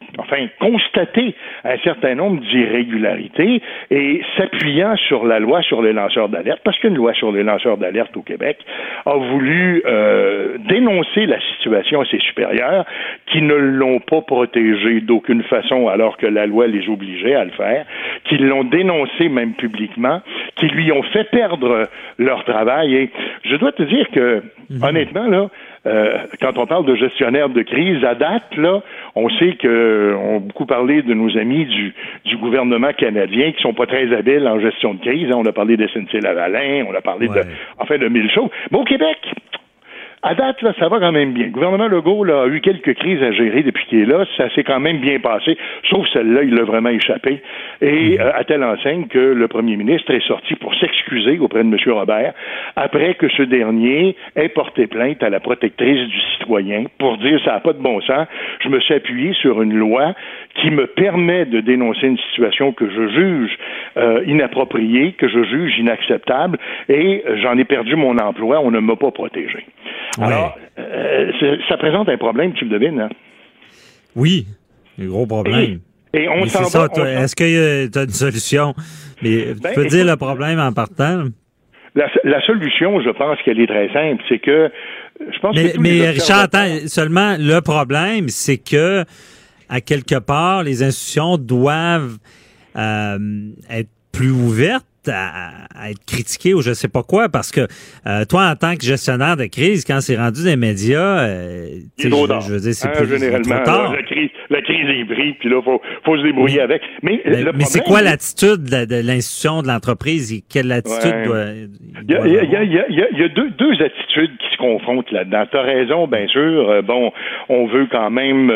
constater un certain nombre d'irrégularités et s'appuyant sur la loi sur les lanceurs d'alerte, parce qu'une loi sur les lanceurs d'alerte au Québec a voulu dénoncer la situation à ses supérieurs qui ne l'ont pas protégé d'aucune façon alors que la loi les obligeait à le faire, qui l'ont dénoncé même publiquement, qui lui ont fait perdre leur travail. Et je dois te dire que, honnêtement, là, quand on parle de gestionnaire de crise, à date, là, on sait qu'on a beaucoup parlé de nos amis du gouvernement canadien qui sont pas très habiles en gestion de crise. On a parlé de SNC-Lavalin, on a parlé de 1000 choses. Mais au Québec, à date, là, ça va quand même bien. Le gouvernement Legault là, a eu quelques crises à gérer depuis qu'il est là. Ça s'est quand même bien passé. Sauf celle-là, il l'a vraiment échappé. Et à telle enseigne que le premier ministre est sorti pour s'excuser auprès de M. Robert après que ce dernier ait porté plainte à la protectrice du citoyen pour dire ça n'a pas de bon sens. Je me suis appuyé sur une loi qui me permet de dénoncer une situation que je juge inappropriée, que je juge inacceptable, et j'en ai perdu mon emploi. On ne m'a pas protégé. Alors, ça présente un problème, tu le devines, hein? Oui, un gros problème. Et on s'en ça, va. Est-ce que tu as une solution? Mais tu peux dire le problème en partant? La solution, je pense qu'elle est très simple. C'est que je pense que mais Richard, attends, seulement le problème, c'est que à quelque part, les institutions doivent être plus ouvertes à être critiqué ou je sais pas quoi, parce que toi, en tant que gestionnaire de crise, quand c'est rendu des médias, je veux dire, c'est plus généralement, trop tard. La crise est prise, puis là, faut se débrouiller avec. Mais c'est quoi l'attitude de l'institution, de l'entreprise? Quelle attitude doit... Il y a deux attitudes qui se confrontent là-dedans. T'as raison, bien sûr. On veut quand même,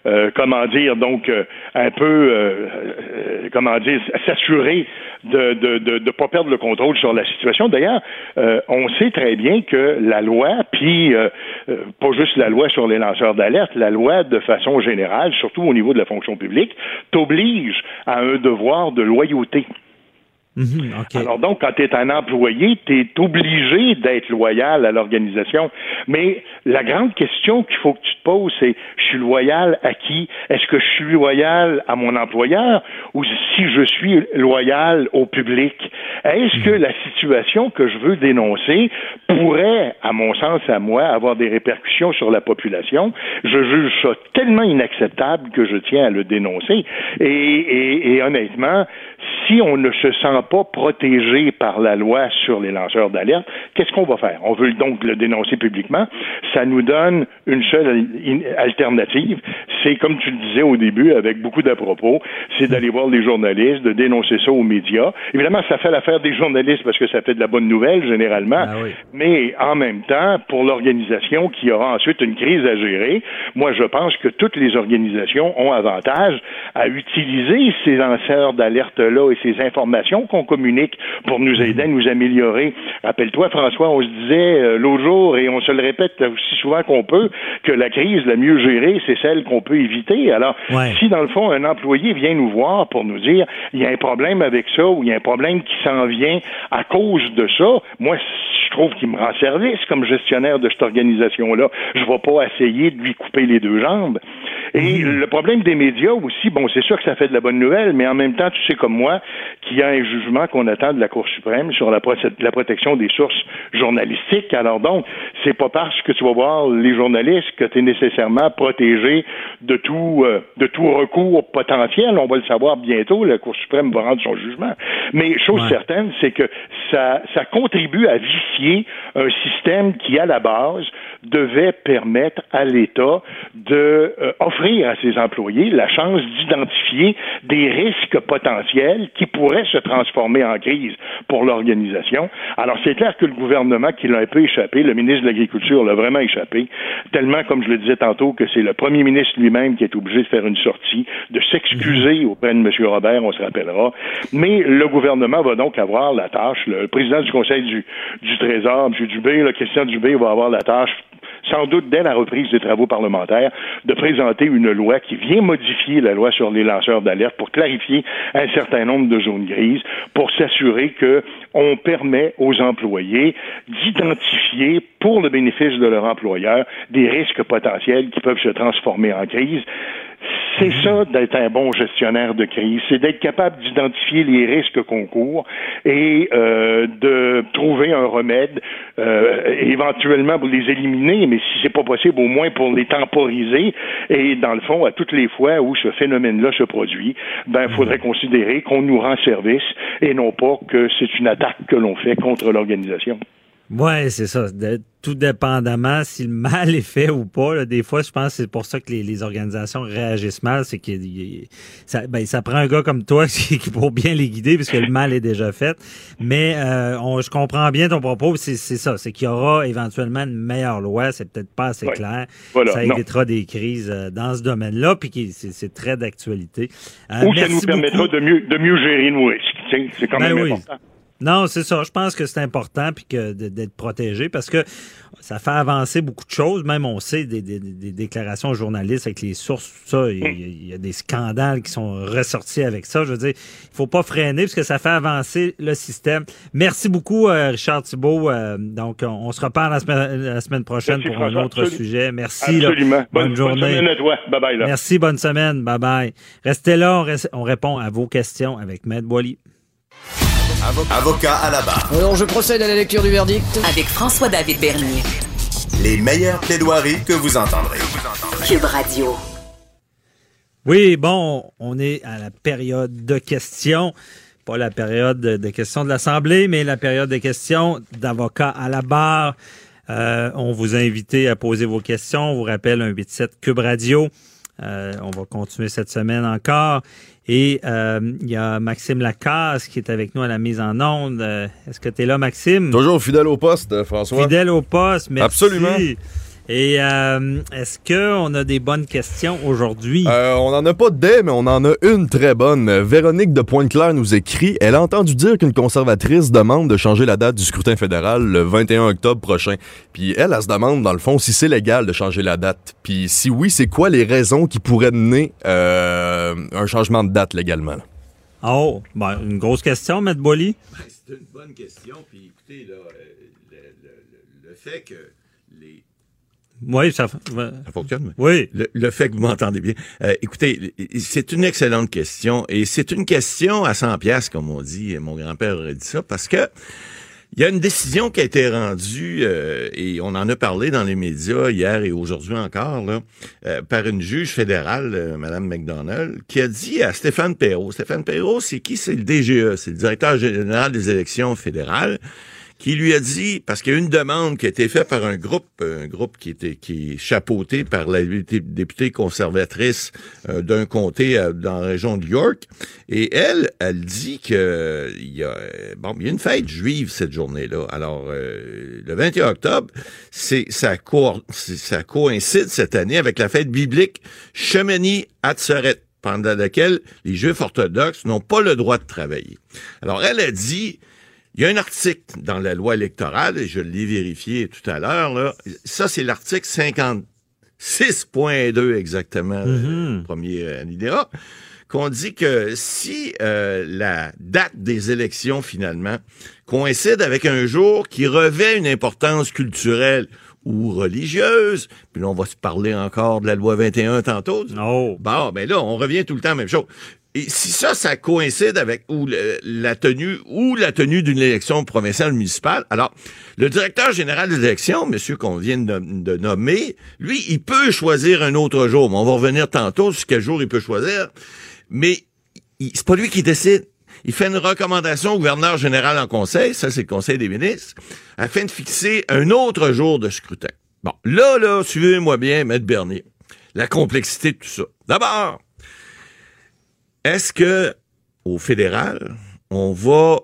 un peu, s'assurer de pas perdre le contrôle sur la situation. D'ailleurs, on sait très bien que la loi, puis pas juste la loi sur les lanceurs d'alerte, la loi de façon générale, surtout au niveau de la fonction publique, t'oblige à un devoir de loyauté. Okay. Alors donc, quand tu es un employé, tu es obligé d'être loyal à l'organisation. Mais la grande question qu'il faut que tu te poses, c'est, je suis loyal à qui? Est-ce que je suis loyal à mon employeur ou si je suis loyal au public? Est-ce que la situation que je veux dénoncer pourrait, à mon sens, à moi, avoir des répercussions sur la population? Je juge ça tellement inacceptable que je tiens à le dénoncer. Et honnêtement, si on ne se sent pas protégé par la loi sur les lanceurs d'alerte, qu'est-ce qu'on va faire? On veut donc le dénoncer publiquement. Ça nous donne une seule alternative. C'est, comme tu le disais au début, avec beaucoup d'à-propos, c'est d'aller voir les journalistes, de dénoncer ça aux médias. Évidemment, ça fait l'affaire des journalistes parce que ça fait de la bonne nouvelle, généralement. Ah oui. Mais en même temps, pour l'organisation qui aura ensuite une crise à gérer, moi, je pense que toutes les organisations ont avantage à utiliser ces lanceurs d'alerte-là et ces informations qu'on communique pour nous aider à nous améliorer. Rappelle-toi, François, on se disait l'autre jour, et on se le répète aussi souvent qu'on peut, que la crise la mieux gérée, c'est celle qu'on peut éviter. Alors, si dans le fond, un employé vient nous voir pour nous dire il y a un problème avec ça ou il y a un problème qui s'en vient à cause de ça, moi, je trouve qu'il me rend service comme gestionnaire de cette organisation-là. Je ne vais pas essayer de lui couper les deux jambes. Et le problème des médias aussi, bon, c'est sûr que ça fait de la bonne nouvelle, mais en même temps, tu sais comme moi qu'il y a un jugement qu'on attend de la Cour suprême sur la protection des sources journalistiques. Alors donc, c'est pas parce que tu vas voir les journalistes que tu es nécessairement protégé de tout recours potentiel. On va le savoir bientôt, la Cour suprême va rendre son jugement. Mais chose certaine, c'est que ça contribue à vicier un système qui, à la base, devait permettre à l'État de offrir à ses employés la chance d'identifier des risques potentiels qui pourraient se transformer en crise pour l'organisation. Alors, c'est clair que le gouvernement qui l'a un peu échappé, le ministre de l'Agriculture l'a vraiment échappé, tellement, comme je le disais tantôt, que c'est le premier ministre lui-même qui est obligé de faire une sortie, de s'excuser auprès de M. Robert, on se rappellera. Mais le gouvernement va donc avoir la tâche, le président du Conseil du Trésor, M. Dubé, Christian Dubé, va avoir la tâche, sans doute dès la reprise des travaux parlementaires, de présenter une loi qui vient modifier la loi sur les lanceurs d'alerte pour clarifier un certain nombre de zones grises, pour s'assurer qu'on permet aux employés d'identifier, pour le bénéfice de leur employeur, des risques potentiels qui peuvent se transformer en crise. C'est ça d'être un bon gestionnaire de crise, c'est d'être capable d'identifier les risques qu'on court et de trouver un remède, éventuellement pour les éliminer, mais si c'est pas possible, au moins pour les temporiser. Et dans le fond, à toutes les fois où ce phénomène-là se produit, il faudrait considérer qu'on nous rend service et non pas que c'est une attaque que l'on fait contre l'organisation. Ouais, c'est ça. Tout dépendamment si le mal est fait ou pas. Là, des fois, je pense que c'est pour ça que les organisations réagissent mal. C'est que ça prend un gars comme toi qui pour bien les guider puisque le mal est déjà fait. Mais je comprends bien ton propos. C'est ça. C'est qu'il y aura éventuellement une meilleure loi. C'est peut-être pas assez clair. Voilà, ça évitera des crises dans ce domaine-là. Puis c'est très d'actualité. Ou ça nous permettra de mieux gérer nos risques. C'est quand même important. Non, c'est ça. Je pense que c'est important puis que d'être protégé parce que ça fait avancer beaucoup de choses. Même on sait des déclarations aux journalistes avec les sources, tout ça. Il y a des scandales qui sont ressortis avec ça. Je veux dire, il faut pas freiner parce que ça fait avancer le système. Merci beaucoup, Richard Thibault. Donc, on se reparle la semaine prochaine pour un autre sujet. Merci. Absolument. Bonne journée. Bonne semaine à toi. Bye-bye. Là. Merci, bonne semaine. Bye-bye. Restez là. On répond à vos questions avec Maître Boily. Avocat à la barre. Alors, je procède à la lecture du verdict. Avec François-David Bernier. Les meilleures plaidoiries que vous entendrez. Cube Radio. Oui, bon, on est à la période de questions. Pas la période de questions de l'Assemblée, mais la période de questions d'avocats à la barre. On vous a invité à poser vos questions. On vous rappelle 187 Cube Radio. On va continuer cette semaine encore. Et il y a Maxime Lacasse qui est avec nous à la mise en onde. Est-ce que tu es là, Maxime? Toujours fidèle au poste, François. Fidèle au poste, merci. Absolument. Et est-ce qu'on a des bonnes questions aujourd'hui? On n'en a pas des, mais on en a une très bonne. Véronique de Pointe-Claire nous écrit: elle a entendu dire qu'une conservatrice demande de changer la date du scrutin fédéral le 21 octobre prochain. Puis elle se demande, dans le fond, si c'est légal de changer la date. Puis si oui, c'est quoi les raisons qui pourraient mener un changement de date légalement? Oh, ben, une grosse question, M. Boily. Ben, c'est une bonne question. Puis écoutez, là, le fait que les... Oui, ça fonctionne. Oui. Le fait que vous m'entendez bien. Écoutez, c'est une excellente question. Et c'est une question à 100 piastres, comme on dit. Mon grand-père aurait dit ça. Parce que il y a une décision qui a été rendue, et on en a parlé dans les médias hier et aujourd'hui encore, là, par une juge fédérale, Mme McDonald, qui a dit à Stéphane Perrault. Stéphane Perrault, c'est qui? C'est le DGE, c'est le directeur général des élections fédérales, qui lui a dit, parce qu'il y a une demande qui a été faite par un groupe qui est chapeauté par la députée conservatrice d'un comté dans la région de York, et elle dit que il y a une fête juive cette journée-là. Alors le 21 octobre, ça coïncide cette année avec la fête biblique Shemini Atzeret, pendant laquelle les Juifs orthodoxes n'ont pas le droit de travailler. Alors elle a dit, il y a un article dans la loi électorale, et je l'ai vérifié tout à l'heure, là. Ça, c'est l'article 56.2 exactement, premier alinéa, qu'on dit que si la date des élections, finalement, coïncide avec un jour qui revêt une importance culturelle ou religieuse, puis là, on va se parler encore de la loi 21 tantôt. Oh. Bon, ben là, on revient tout le temps à la même chose. Et si ça coïncide avec la tenue d'une élection provinciale municipale, alors le directeur général des élections, monsieur qu'on vient de nommer, lui, il peut choisir un autre jour. Mais on va revenir tantôt sur quel jour il peut choisir. Mais c'est pas lui qui décide. Il fait une recommandation au gouverneur général en conseil, ça c'est le conseil des ministres, afin de fixer un autre jour de scrutin. Bon, là, suivez-moi bien, M. Bernier, la complexité de tout ça. D'abord, est-ce que, au fédéral, on va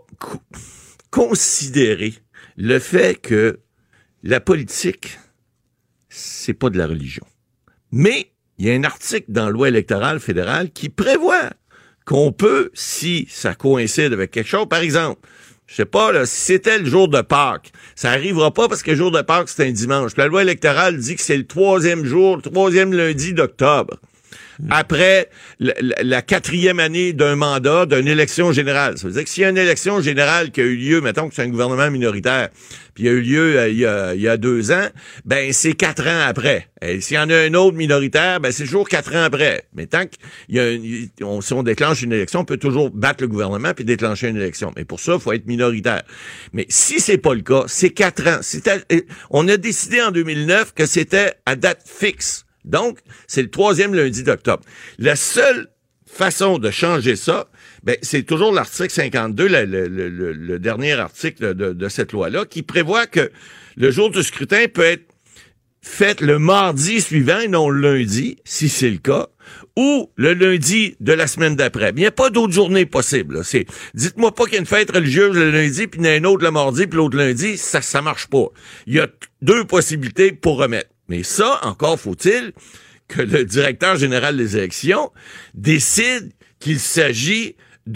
considérer le fait que la politique, c'est pas de la religion? Mais il y a un article dans la loi électorale fédérale qui prévoit qu'on peut, si ça coïncide avec quelque chose, par exemple, je sais pas, là, si c'était le jour de Pâques, ça arrivera pas parce que le jour de Pâques, c'est un dimanche. Puis la loi électorale dit que c'est le troisième lundi d'octobre. Après la 4e année d'un mandat, d'une élection générale. Ça veut dire que s'il y a une élection générale qui a eu lieu, mettons que c'est un gouvernement minoritaire, puis il y a eu lieu il y a 2 ans, ben c'est 4 ans après. Et s'il y en a un autre minoritaire, ben c'est toujours 4 ans après. Mais tant si on déclenche une élection, on peut toujours battre le gouvernement puis déclencher une élection. Mais pour ça, il faut être minoritaire. Mais si c'est pas le cas, c'est 4 ans. On a décidé en 2009 que c'était à date fixe. Donc, c'est le 3e lundi d'octobre. La seule façon de changer ça, ben, c'est toujours l'article 52, le dernier article de cette loi-là, qui prévoit que le jour du scrutin peut être fait le mardi suivant et non le lundi, si c'est le cas, ou le lundi de la semaine d'après. Mais il n'y a pas d'autre journée possible. Dites-moi pas qu'il y a une fête religieuse le lundi, puis il y en a une autre le mardi, puis l'autre lundi, ça marche pas. Il y a 2 possibilités pour remettre. Mais ça, encore faut-il que le directeur général des élections décide qu'il s'agit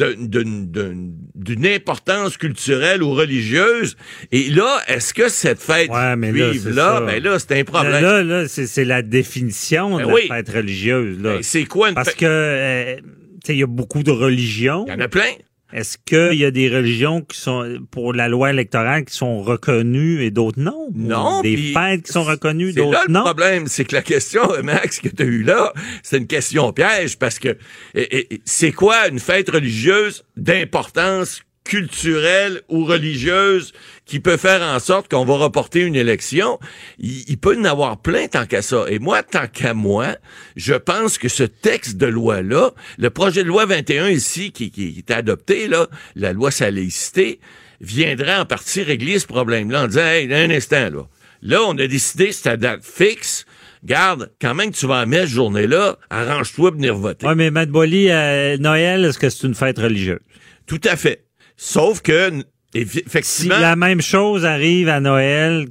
d'une importance culturelle ou religieuse. Et là, est-ce que cette fête juive-là, ben là, c'est un problème. Là, c'est la définition de la fête religieuse. Là. Ben, c'est quoi une Parce que, il y a beaucoup de religions. Il y en a plein. Est-ce qu'il y a des religions qui sont, pour la loi électorale, qui sont reconnues et d'autres non? Non. Des fêtes qui sont reconnues, d'autres non? C'est là le problème, c'est que la question, Max, que tu as eue là, c'est une question piège parce que c'est quoi une fête religieuse d'importance culturelle ou religieuse qui peut faire en sorte qu'on va reporter une élection? Il peut y en avoir plein tant qu'à ça. Et moi, tant qu'à moi, je pense que ce texte de loi-là, le projet de loi 21 ici, qui est adopté, là, la loi sur la laïcité, viendrait en partie régler ce problème-là en disant, hey, un instant, là, on a décidé, c'est à date fixe. Garde, quand même que tu vas en mettre cette journée-là, arrange-toi pour venir voter. Oui, mais M. Boily, Noël, est-ce que c'est une fête religieuse? Tout à fait. Sauf que, effectivement... Si la même chose arrive à Noël,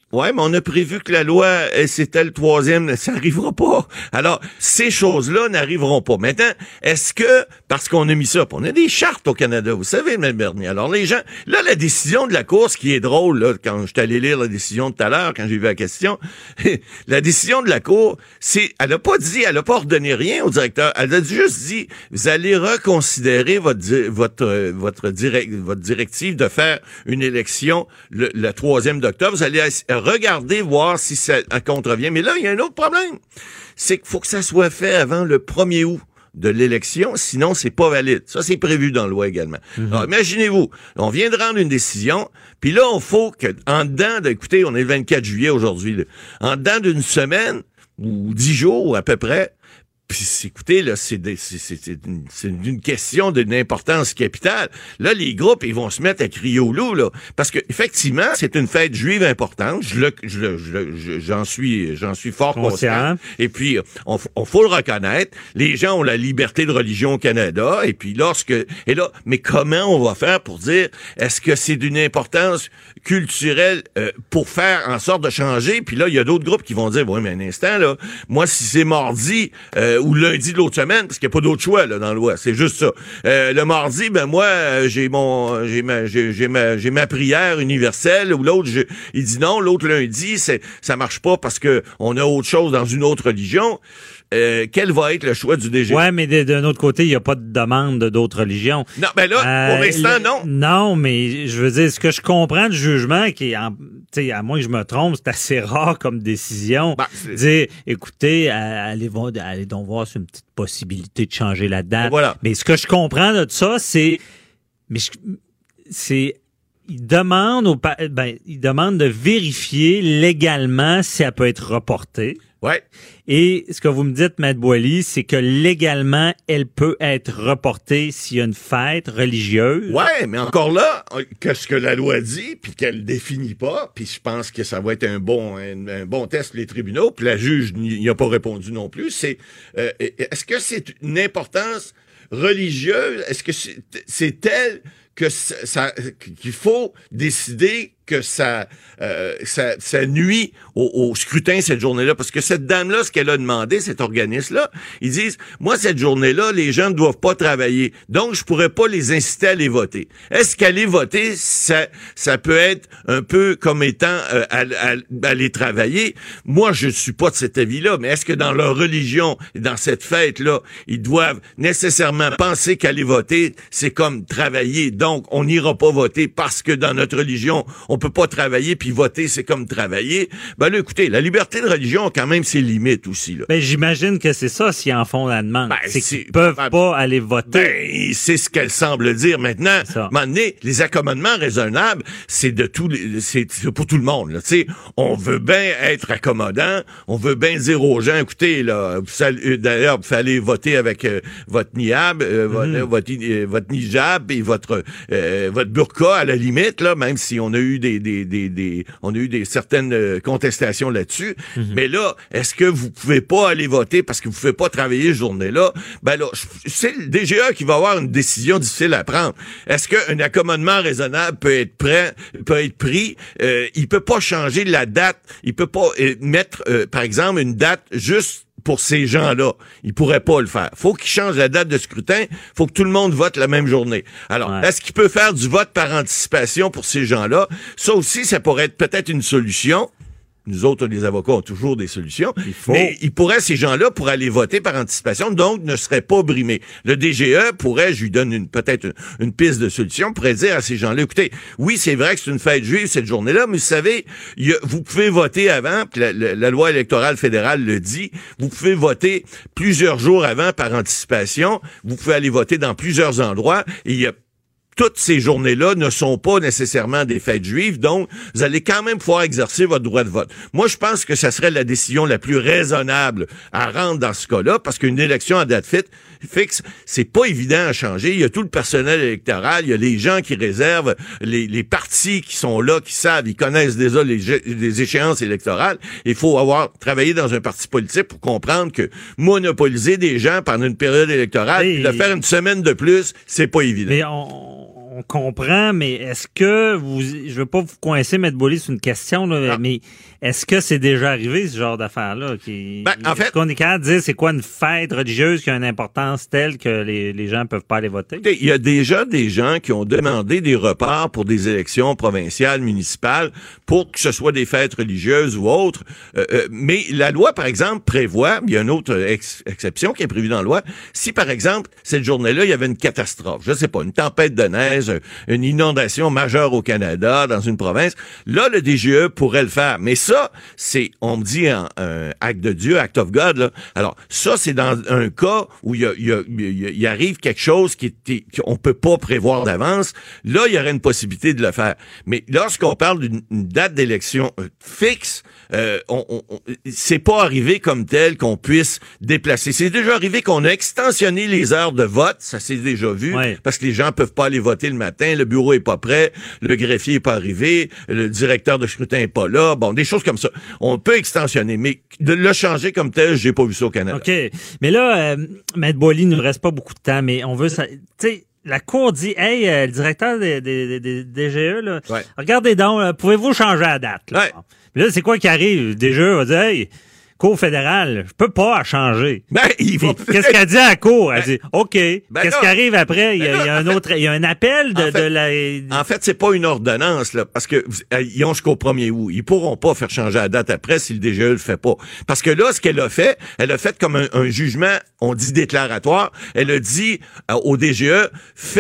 Ouais, mais on a prévu que la loi, c'était le 3e, ça arrivera pas. Alors, ces choses-là n'arriveront pas. Maintenant, est-ce que, parce qu'on a mis ça, on a des chartes au Canada, vous savez, M. Bernier. Alors, les gens, là, la décision de la Cour, ce qui est drôle, là, quand je suis allé lire la décision tout à l'heure, quand j'ai vu la question, la décision de la Cour, elle a pas ordonné rien au directeur. Elle a juste dit, vous allez reconsidérer votre directive de faire une élection le 3e d'octobre. Vous allez regarder, voir si ça contrevient. Mais là, il y a un autre problème. C'est qu'il faut que ça soit fait avant le 1er août de l'élection, sinon c'est pas valide. Ça, c'est prévu dans la loi également. Alors, imaginez-vous, on vient de rendre une décision, puis là, il faut que, en dedans, écoutez, on est le 24 juillet aujourd'hui, là, en dedans d'une semaine, ou 10 jours à peu près, puis écoutez, là, c'est une question d'une importance capitale. Là, les groupes, ils vont se mettre à crier au loup, là. Parce que, effectivement, c'est une fête juive importante. J'en suis fort conscient. Et puis, on faut le reconnaître. Les gens ont la liberté de religion au Canada. Et puis, mais comment on va faire pour dire, est-ce que c'est d'une importance culturelle, pour faire en sorte de changer? Puis là, il y a d'autres groupes qui vont dire, ouais, mais un instant, là, moi, si c'est mardi, ou lundi de l'autre semaine, parce qu'il n'y a pas d'autre choix là dans la loi, c'est juste ça. Le mardi, ben moi, j'ai ma prière universelle, ou l'autre, il dit non, l'autre lundi, ça marche pas parce que on a autre chose dans une autre religion. Quel va être le choix du DG? Ouais, mais d'un autre côté, il n'y a pas de demande d'autres religions. Non, ben là, pour l'instant, non. Non, mais je veux dire, ce que je comprends du jugement, qui est, à moins que je me trompe, c'est assez rare comme décision. Dire, écoutez, allez donc voir sur une petite possibilité de changer la date. Voilà. Mais ce que je comprends de ça, il demande de vérifier légalement si elle peut être reportée. Ouais. Et ce que vous me dites, Maître Boily, c'est que légalement, elle peut être reportée s'il y a une fête religieuse. Ouais, mais encore là, qu'est-ce que la loi dit, puis qu'elle définit pas, puis je pense que ça va être un bon test pour les tribunaux, puis la juge n'y a pas répondu non plus, c'est est-ce que c'est une importance religieuse? Est-ce que c'est tel que qu'il faut décider que ça nuit au scrutin cette journée-là? Parce que cette dame-là, ce qu'elle a demandé, cet organisme-là, ils disent, moi, cette journée-là, les gens ne doivent pas travailler, donc je pourrais pas les inciter à aller voter. Est-ce qu'aller voter, ça peut être un peu comme étant aller travailler? Moi, je suis pas de cet avis-là, mais est-ce que dans leur religion, dans cette fête-là, ils doivent nécessairement penser qu'aller voter, c'est comme travailler, donc on n'ira pas voter parce que dans notre religion, on peut pas travailler puis voter, c'est comme travailler. Ben là, écoutez, la liberté de religion a quand même ses limites aussi, là. Ben, j'imagine que c'est ça, s'ils en font la demande. C'est qu'ils peuvent pas aller voter. Ben, c'est ce qu'elle semble dire maintenant. À un moment donné, les accommodements raisonnables, c'est c'est pour tout le monde, là. Tu sais, on veut bien être accommodant, on veut bien dire aux gens, écoutez, là, d'ailleurs, vous allez voter avec votre niab, votre nijab et votre burqa à la limite, là, même si on a eu des certaines contestations là-dessus. Mais là, est-ce que vous pouvez pas aller voter parce que vous pouvez pas travailler cette journée-là? Ben là, c'est le DGE qui va avoir une décision difficile à prendre. Est-ce qu'un accommodement raisonnable peut être pris? Il peut pas changer la date. Il peut pas mettre, par exemple, une date juste pour ces gens-là. Ils pourraient pas le faire. Faut qu'ils changent la date de scrutin. Faut que tout le monde vote la même journée. Alors, est-ce qu'il peut faire du vote par anticipation pour ces gens-là? Ça aussi, ça pourrait être peut-être une solution. Nous autres, les avocats, ont toujours des solutions. Mais ces gens-là pourraient aller voter par anticipation, donc ne seraient pas brimés. Le DGE pourrait, je lui donne peut-être une piste de solution, pourrait dire à ces gens-là, écoutez, oui, c'est vrai que c'est une fête juive cette journée-là, mais vous savez, vous pouvez voter avant, puis la loi électorale fédérale le dit, vous pouvez voter plusieurs jours avant par anticipation, vous pouvez aller voter dans plusieurs endroits, et toutes ces journées-là ne sont pas nécessairement des fêtes juives, donc vous allez quand même pouvoir exercer votre droit de vote. Moi, je pense que ça serait la décision la plus raisonnable à rendre dans ce cas-là, parce qu'une élection à date fixe, c'est pas évident à changer. Il y a tout le personnel électoral, il y a les gens qui réservent, les partis qui sont là, qui savent, ils connaissent déjà les échéances électorales. Il faut avoir travaillé dans un parti politique pour comprendre que monopoliser des gens pendant une période électorale, puis de faire une semaine de plus, c'est pas évident. Mais on comprend, mais est-ce que je veux pas vous coincer, M. Boily, c'est une question, là, mais est-ce que c'est déjà arrivé, ce genre d'affaire-là? En fait, est-ce qu'on est capable de dire c'est quoi une fête religieuse qui a une importance telle que les gens peuvent pas aller voter? Il y a déjà des gens qui ont demandé des reports pour des élections provinciales, municipales, pour que ce soit des fêtes religieuses ou autres. Mais la loi, par exemple, prévoit, il y a une autre exception qui est prévue dans la loi, si, par exemple, cette journée-là, il y avait une catastrophe, je sais pas, une tempête de neige, une inondation majeure au Canada, dans une province, là, le DGE pourrait le faire. Mais ça, c'est, on me dit, un acte de Dieu, act of God, là. Alors, ça, c'est dans un cas où il arrive quelque chose qu'on peut pas prévoir d'avance. Là, il y aurait une possibilité de le faire. Mais lorsqu'on parle d'une date d'élection fixe, c'est pas arrivé comme tel qu'on puisse déplacer. C'est déjà arrivé qu'on a extensionné les heures de vote, ça s'est déjà vu, parce que les gens peuvent pas aller voter le matin, le bureau est pas prêt, le greffier est pas arrivé, le directeur de scrutin est pas là, bon, des choses comme ça. On peut extensionner, mais de le changer comme tel, j'ai pas vu ça au Canada. OK. Mais là, M. Boily, il nous reste pas beaucoup de temps, mais on veut ça. Tu sais, la Cour dit, hey, le directeur des DGE, là, regardez donc, pouvez-vous changer la date? Là? Mais là, c'est quoi qui arrive? Le DGE va dire, hey, Cour fédérale, je peux pas changer. Qu'est-ce qu'elle dit à la Cour? Elle dit, OK. Qu'est-ce qui arrive après? Il y a un appel En fait, c'est pas une ordonnance, là, parce que ils ont jusqu'au 1er août. Ils pourront pas faire changer la date après si le DGE le fait pas. Parce que là, ce qu'elle a fait comme un jugement, on dit déclaratoire. Elle a dit au DGE,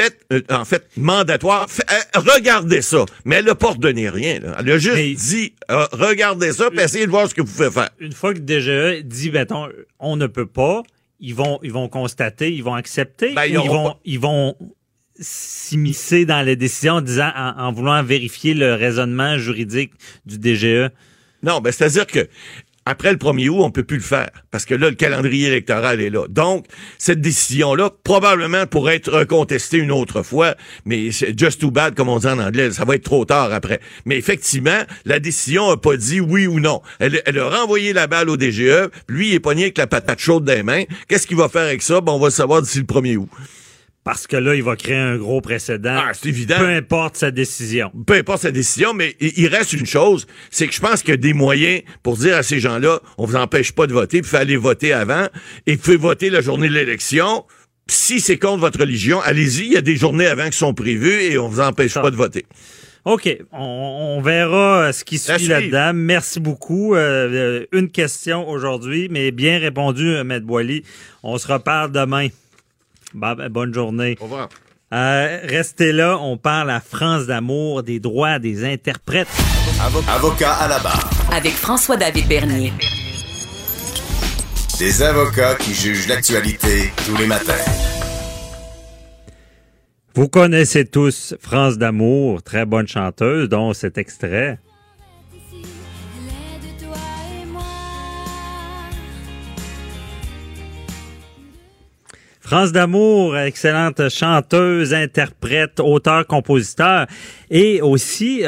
mandatoire, regardez ça. Mais elle a pas ordonné rien, là. Elle a juste dit, regardez ça, puis essayez de voir ce que vous pouvez faire. Une fois que le DGE dit, mettons, on ne peut pas, ils vont constater, ils vont accepter, ils vont s'immiscer dans les décisions en disant, en voulant vérifier le raisonnement juridique du DGE. Non, c'est-à-dire que après le 1er août, on peut plus le faire, parce que là, le calendrier électoral est là. Donc, cette décision-là, probablement pourrait être recontestée une autre fois, mais c'est just too bad, comme on dit en anglais, ça va être trop tard après. Mais effectivement, la décision a pas dit oui ou non. Elle a renvoyé la balle au DGE, lui, il est pogné avec la patate chaude des mains. Qu'est-ce qu'il va faire avec ça? On va le savoir d'ici le 1er août. Parce que là, il va créer un gros précédent. C'est évident. Peu importe sa décision. Peu importe sa décision, mais il reste une chose, c'est que je pense qu'il y a des moyens pour dire à ces gens-là, on vous empêche pas de voter, puis aller voter avant, et vous pouvez voter la journée de l'élection. Si c'est contre votre religion, allez-y, il y a des journées avant qui sont prévues, et on vous empêche pas de voter. OK. On verra ce qui suit là-dedans. Merci beaucoup. Une question aujourd'hui, mais bien répondu, M. Boily. On se reparle demain. Bonne journée. Au revoir. Restez là, on parle à France d'amour des droits des interprètes. Avocat à la barre. Avec François-David Bernier. Des avocats qui jugent l'actualité tous les matins. Vous connaissez tous France d'amour, très bonne chanteuse, dont cet extrait. France d'amour, excellente chanteuse, interprète, auteur, compositeur et aussi,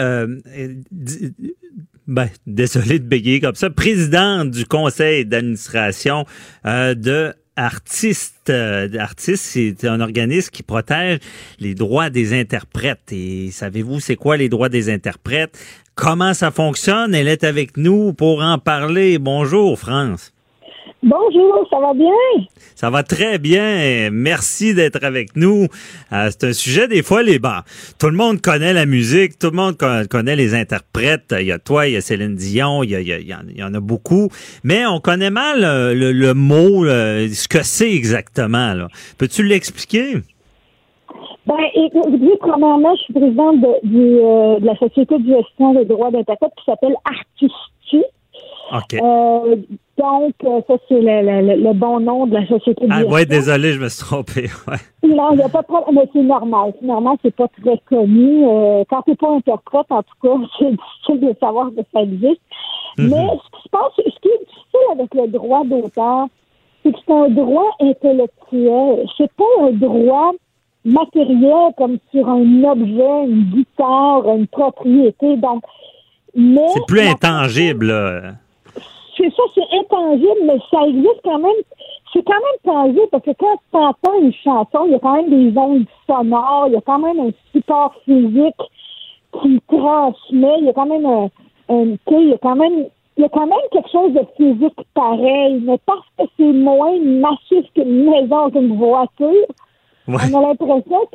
désolé de bégayer comme ça, présidente du conseil d'administration de Artistes. Artistes, c'est un organisme qui protège les droits des interprètes. Et savez-vous c'est quoi les droits des interprètes? Comment ça fonctionne? Elle est avec nous pour en parler. Bonjour, France. Bonjour, ça va bien? Ça va très bien. Merci d'être avec nous. C'est un sujet, des fois, tout le monde connaît la musique, tout le monde connaît les interprètes. Il y a toi, il y a Céline Dion, il y en a beaucoup. Mais on connaît mal le mot, ce que c'est exactement, là. Peux-tu l'expliquer? Écoutez, premièrement, je suis présidente de la Société de gestion des droits d'interprètes qui s'appelle Artisti. OK. Donc, ça, c'est le bon nom de la société de gestion. Oui, désolé, je me suis trompé. Ouais. Non, il n'y a pas de problème, mais c'est normal. Finalement, c'est pas très connu. Quand t'es pas interprète, en tout cas, c'est difficile de savoir que ça existe. Mm-hmm. Mais ce qui se passe, ce qui est difficile avec le droit d'auteur, c'est que c'est un droit intellectuel. C'est pas un droit matériel comme sur un objet, une guitare, une propriété. Donc, mais c'est plus intangible, là. C'est ça, c'est intangible, mais ça existe quand même. c'est quand même tangible parce que quand tu entends une chanson, il y a quand même des ondes sonores, il y a quand même un support physique qui transmet, il y a quand même il y a quand même quelque chose de physique pareil, mais parce que c'est moins massif qu'une maison, qu'une voiture, on a l'impression que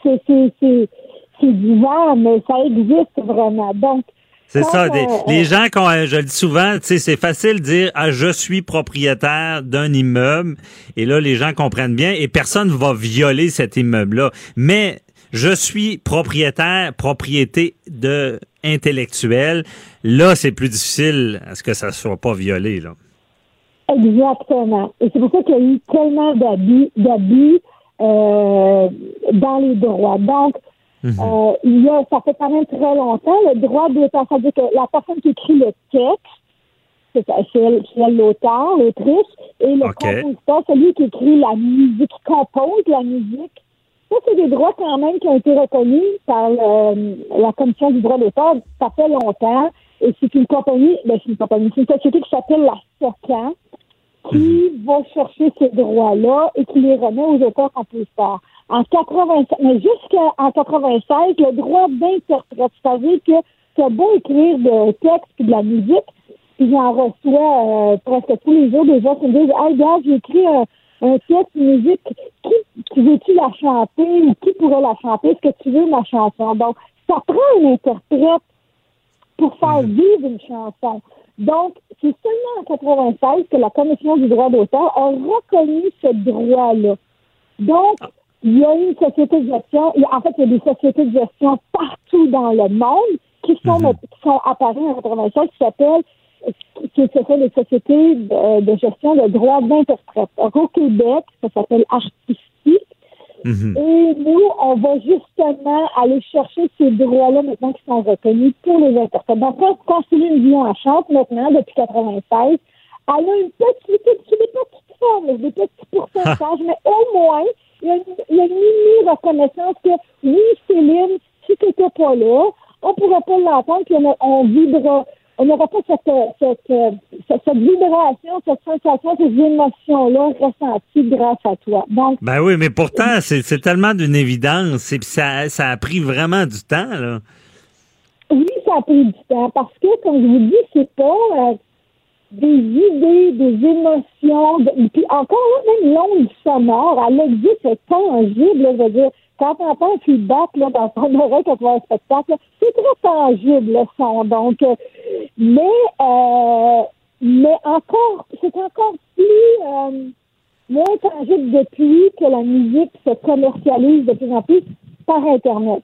c'est bizarre, mais ça existe vraiment. Donc, c'est ça. Les gens, je le dis souvent, tu sais, c'est facile de dire je suis propriétaire d'un immeuble, et là les gens comprennent bien, et personne va violer cet immeuble-là. Mais je suis propriété intellectuelle. Là, c'est plus difficile à ce que ça soit pas violé, là. Exactement. Et c'est pour ça qu'il y a eu tellement d'abus dans les droits. Donc, ça fait quand même très longtemps, le droit d'auteur, c'est-à-dire que la personne qui écrit le texte, c'est l'auteur, l'autrice, et le compositeur, celui qui écrit la musique, qui compose la musique. Ça, c'est des droits quand même qui ont été reconnus par la Commission du droit d'auteur. Ça fait longtemps. Et c'est une compagnie, c'est une société qui s'appelle la SOCAN qui va chercher ces droits-là et qui les remet aux auteurs-compositeurs. En 96, mais jusqu'en 96, le droit d'interprète, c'est-à-dire que c'est beau écrire des textes et de la musique, puis j'en reçois presque tous les jours des gens qui me disent « Hey, gars, j'ai écrit un texte, une musique, qui veux-tu la chanter ou qui pourrait la chanter? Est-ce que tu veux ma chanson? » Donc, ça prend un interprète pour faire vivre une chanson. Donc, c'est seulement en 96 que la Commission du droit d'auteur a reconnu ce droit-là. Donc, il y a une société de gestion, il y a des sociétés de gestion partout dans le monde qui sont apparues en 96 qui s'appellent les sociétés de gestion de droits d'interprète. Au Québec, ça s'appelle Artistique. Et nous, on va justement aller chercher ces droits-là maintenant qui sont reconnus pour les interprètes. Donc, quand Céline Dion en chante maintenant, depuis 96, elle a une petite forme, des petits pourcentages, mais au moins, il y a une mini-reconnaissance que, oui, Céline, si tu n'étais pas là, on ne pourrait pas l'entendre, puis on n'aura pas cette vibration, cette sensation, ces émotions-là ressenties grâce à toi. Donc, ben oui, mais pourtant, c'est tellement d'une évidence, et puis ça a pris vraiment du temps, là. Oui, ça a pris du temps, parce que, comme je vous dis, c'est pas des idées, des émotions, puis encore même l'onde sonore, elle existe, c'est tangible, là, je veux dire, quand on entend un feedback là, dans ton oreille quand tu vois un spectacle, là, c'est très tangible le son. Donc, mais encore, c'est encore plus moins tangible depuis que la musique se commercialise de plus en plus par Internet.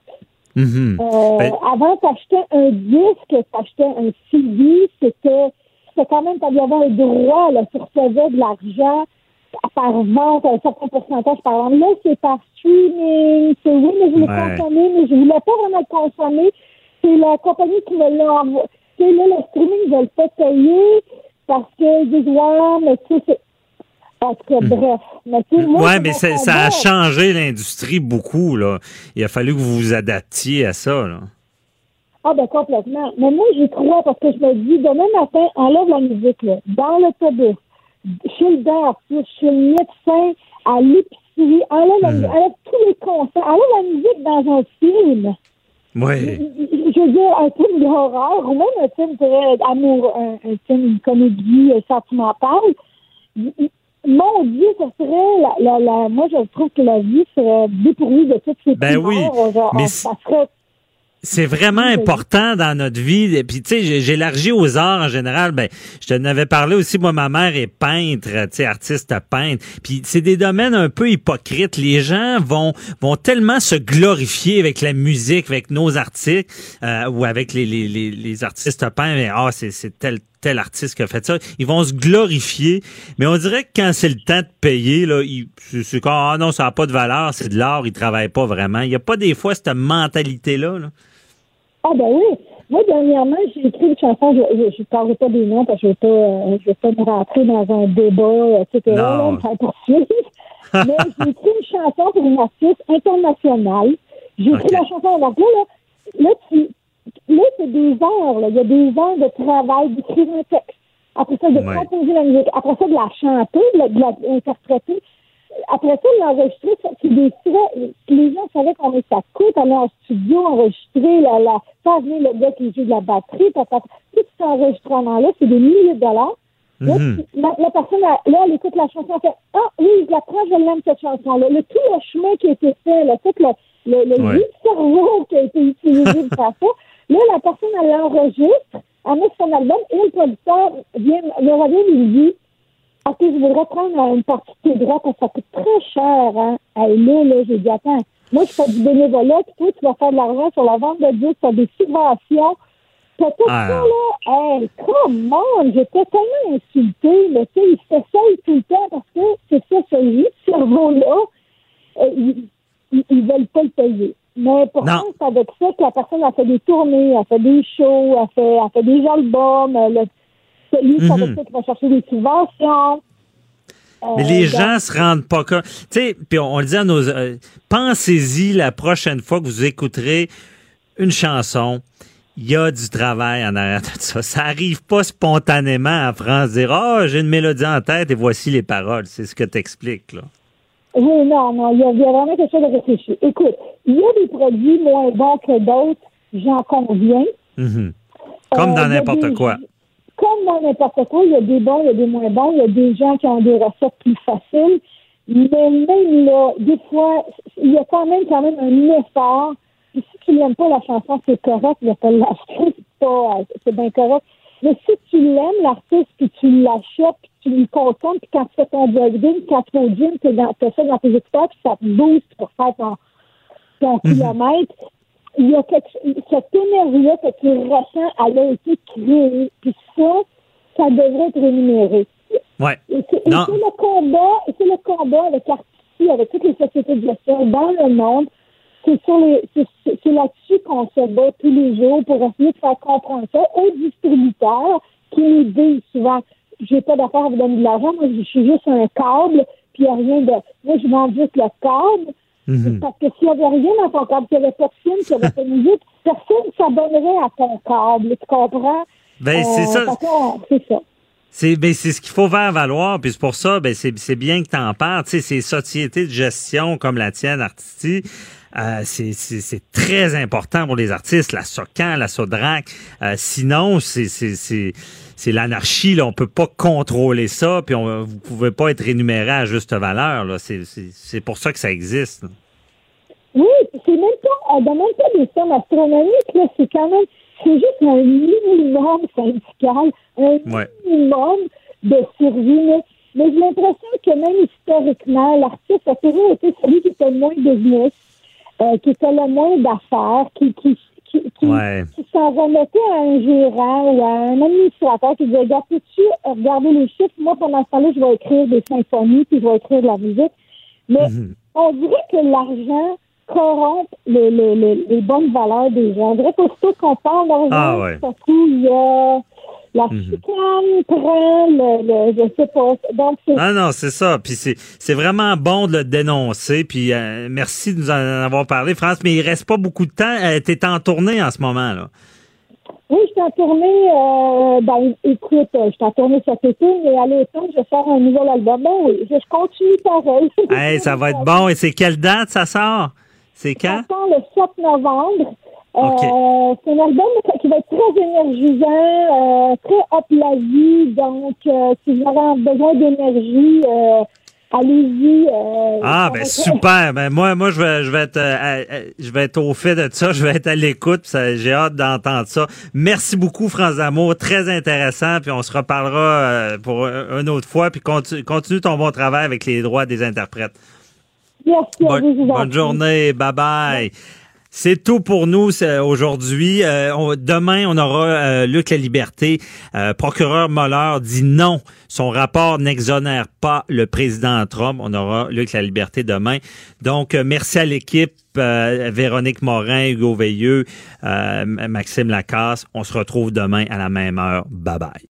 Avant, t'achetais un disque, t'achetais un CD, c'était quand même, il y avait un droit, là, tu recevais de l'argent par vente, un certain pourcentage par vente. Là, c'est par streaming. C'est oui, mais je voulais consommer, mais je voulais pas vraiment le consommer. C'est la compagnie qui me l'a envoyé. Tu sais, là, le streaming, je le fais payer parce que je dis, ouais, mais tu sais, c'est... En tout cas, bref. Mais ça a changé l'industrie beaucoup, là. Il a fallu que vous vous adaptiez à ça, là. Ah, ben, complètement. Mais moi, j'y crois parce que je me dis, demain matin, enlève la musique, là, dans l'autobus, chez le dentiste, chez le médecin, à l'épicerie, enlève tous les concerts, enlève la musique dans un film. Oui. Je veux dire, un film d'horreur, ou même un film d'amour, un film, une comédie sentimentale. Mon Dieu, ça serait moi, je trouve que la vie serait dépourvue de toutes ces ça serait... C'est vraiment important dans notre vie. Et puis, tu sais, j'élargis aux arts en général. Ben, je t'en avais parlé aussi. Moi, ma mère est peintre, tu sais, artiste peintre. Puis, c'est des domaines un peu hypocrites. Les gens vont tellement se glorifier avec la musique, avec nos artistes, ou avec les artistes peintres. C'est tel artiste qui a fait ça. Ils vont se glorifier. Mais on dirait que quand c'est le temps de payer, là, c'est comme, non, ça n'a pas de valeur. C'est de l'art. Ils travaillent pas vraiment. Il n'y a pas des fois cette mentalité-là, là. Ah, ben oui. Moi, dernièrement, j'ai écrit une chanson, je ne parlerai pas des noms parce que je ne vais pas me rentrer dans un débat, etc. Là, me faire poursuivre. Mais j'ai écrit une chanson pour une artiste internationale. J'ai écrit la chanson en anglais, là, c'est des heures, là. Il y a des heures de travail d'écrire un texte. après ça, de composer la musique, après ça, de la chanter, de l'interpréter. Après ça, l'enregistrer, c'est des frais. Les gens savaient combien ça coûte aller en studio, enregistrer, faire venir le gars qui joue de la batterie, tout cet enregistrement-là, c'est des milliers de dollars. Là, la personne, là, elle écoute la chanson, elle fait « Ah oui, je la prends, je l'aime, cette chanson-là. » Tout le chemin qui a été fait, là, tout le cerveau qui a été utilisé pour faire ça, là, la personne, elle l'enregistre, elle met son album, et le producteur me revient et lui dit « OK, je voudrais prendre une partie de tes droits, parce que ça coûte très cher, hein. » Là, j'ai dit « Attends, moi, je fais du bénévolat, puis toi, tu vas faire de l'argent sur la vente de disques, tu as des subventions. » Tout ça, là, hey, come on, j'étais tellement insultée, mais tu sais, il s'essaye tout le temps parce que c'est ça, ce cerveau-là, ils veulent pas le payer. Mais pourtant, c'est avec ça que la personne a fait des tournées, a fait des shows, a fait des albums, c'est avec ça qu'il va chercher des subventions. Mais les gens se rendent pas compte. Tu sais, puis on le dit à nos... pensez-y la prochaine fois que vous écouterez une chanson. Il y a du travail en arrière de ça. Ça arrive pas spontanément en France dire « Ah, j'ai une mélodie en tête et voici les paroles. » C'est ce que tu expliques, là. Oui, non, il y a vraiment quelque chose de réfléchi. Écoute, il y a des produits moins bons que d'autres, j'en conviens. Comme dans n'importe quoi. Comme dans n'importe quoi, il y a des bons, il y a des moins bons, il y a des gens qui ont des recettes plus faciles. Mais même là, des fois, il y a quand même un effort. Puis si tu n'aimes pas la chanson, c'est correct, il n'y a pas de l'acheter, c'est bien correct. Mais si tu l'aimes, l'artiste, puis tu l'achètes, puis tu lui consommes, puis quand tu fais ton jogging, quand tu vas au gym, tu fais ça dans tes écouteurs, puis ça te booste pour faire ton kilomètre, il y a cette énergie-là que tu ressens, elle a été créée. Puis ça devrait être rémunéré. Ouais. C'est le combat avec Artisty, avec toutes les sociétés de gestion dans le monde. C'est là-dessus qu'on se bat tous les jours pour essayer de faire comprendre ça aux distributeurs qui nous disent souvent j'ai pas d'affaire à vous donner de l'argent, moi je suis juste un câble, puis il n'y a rien de. Moi je vends juste le câble. Parce que s'il n'y avait rien dans ton câble, s'il n'y avait pas de film, s'il n'y avait pas de musique, personne ne s'abonnerait à ton câble. Tu comprends? Ben, c'est ça. C'est ça. C'est ce qu'il faut faire valoir, puis c'est pour ça, c'est bien que tu en parles. Tu sais, ces sociétés de gestion comme la tienne, Artisty, c'est très important pour les artistes, la SOCAN, la SODRAC. Sinon, c'est l'anarchie, là. On peut pas contrôler ça, puis vous pouvez pas être rémunéré à juste valeur, là. C'est pour ça que ça existe, là. Oui, c'est même pas, on demande pas des sommes astronomiques, là. C'est juste un minimum syndical, un minimum de survie. Mais j'ai l'impression que même historiquement, l'artiste a toujours été celui qui était le moins business, qui était le moins d'affaires, qui s'en remettait à un gérant ou à un administrateur qui disait, regardez les chiffres, moi pendant ce temps-là, je vais écrire des symphonies, puis je vais écrire de la musique. Mais on dirait que l'argent corrompre les bonnes valeurs des gens. On dirait qu'aussitôt qu'on parle d'argent, tout à coup, il y a la chicane prend je sais pas. Donc, non, c'est ça. Puis c'est vraiment bon de le dénoncer. Puis merci de nous en avoir parlé, France. Mais il reste pas beaucoup de temps. T'es en tournée en ce moment, là. Oui, je suis en tournée. Écoute, je suis en tournée cet été, mais à l'automne, je vais faire un nouvel album. Ben oui, je continue pareil. Hey, ça va être bon. Et c'est quelle date ça sort? C'est quand? Ça sort le 7 novembre. C'est un album qui va être très énergisant, très up la vie. Donc, si vous avez besoin d'énergie, allez-y. Super. Ben moi, je vais être au fait de ça. Je vais être à l'écoute. J'ai hâte d'entendre ça. Merci beaucoup, France D'Amour. Très intéressant. Puis on se reparlera pour une autre fois. Puis continue ton bon travail avec les droits des interprètes. Merci. Bonne journée. Bye bye. C'est tout pour nous aujourd'hui. Demain, on aura Luc Laliberté. Procureur Mueller dit non. Son rapport n'exonère pas le président Trump. On aura Luc Laliberté demain. Donc, merci à l'équipe. Véronique Morin, Hugo Veilleux, Maxime Lacasse. On se retrouve demain à la même heure. Bye bye.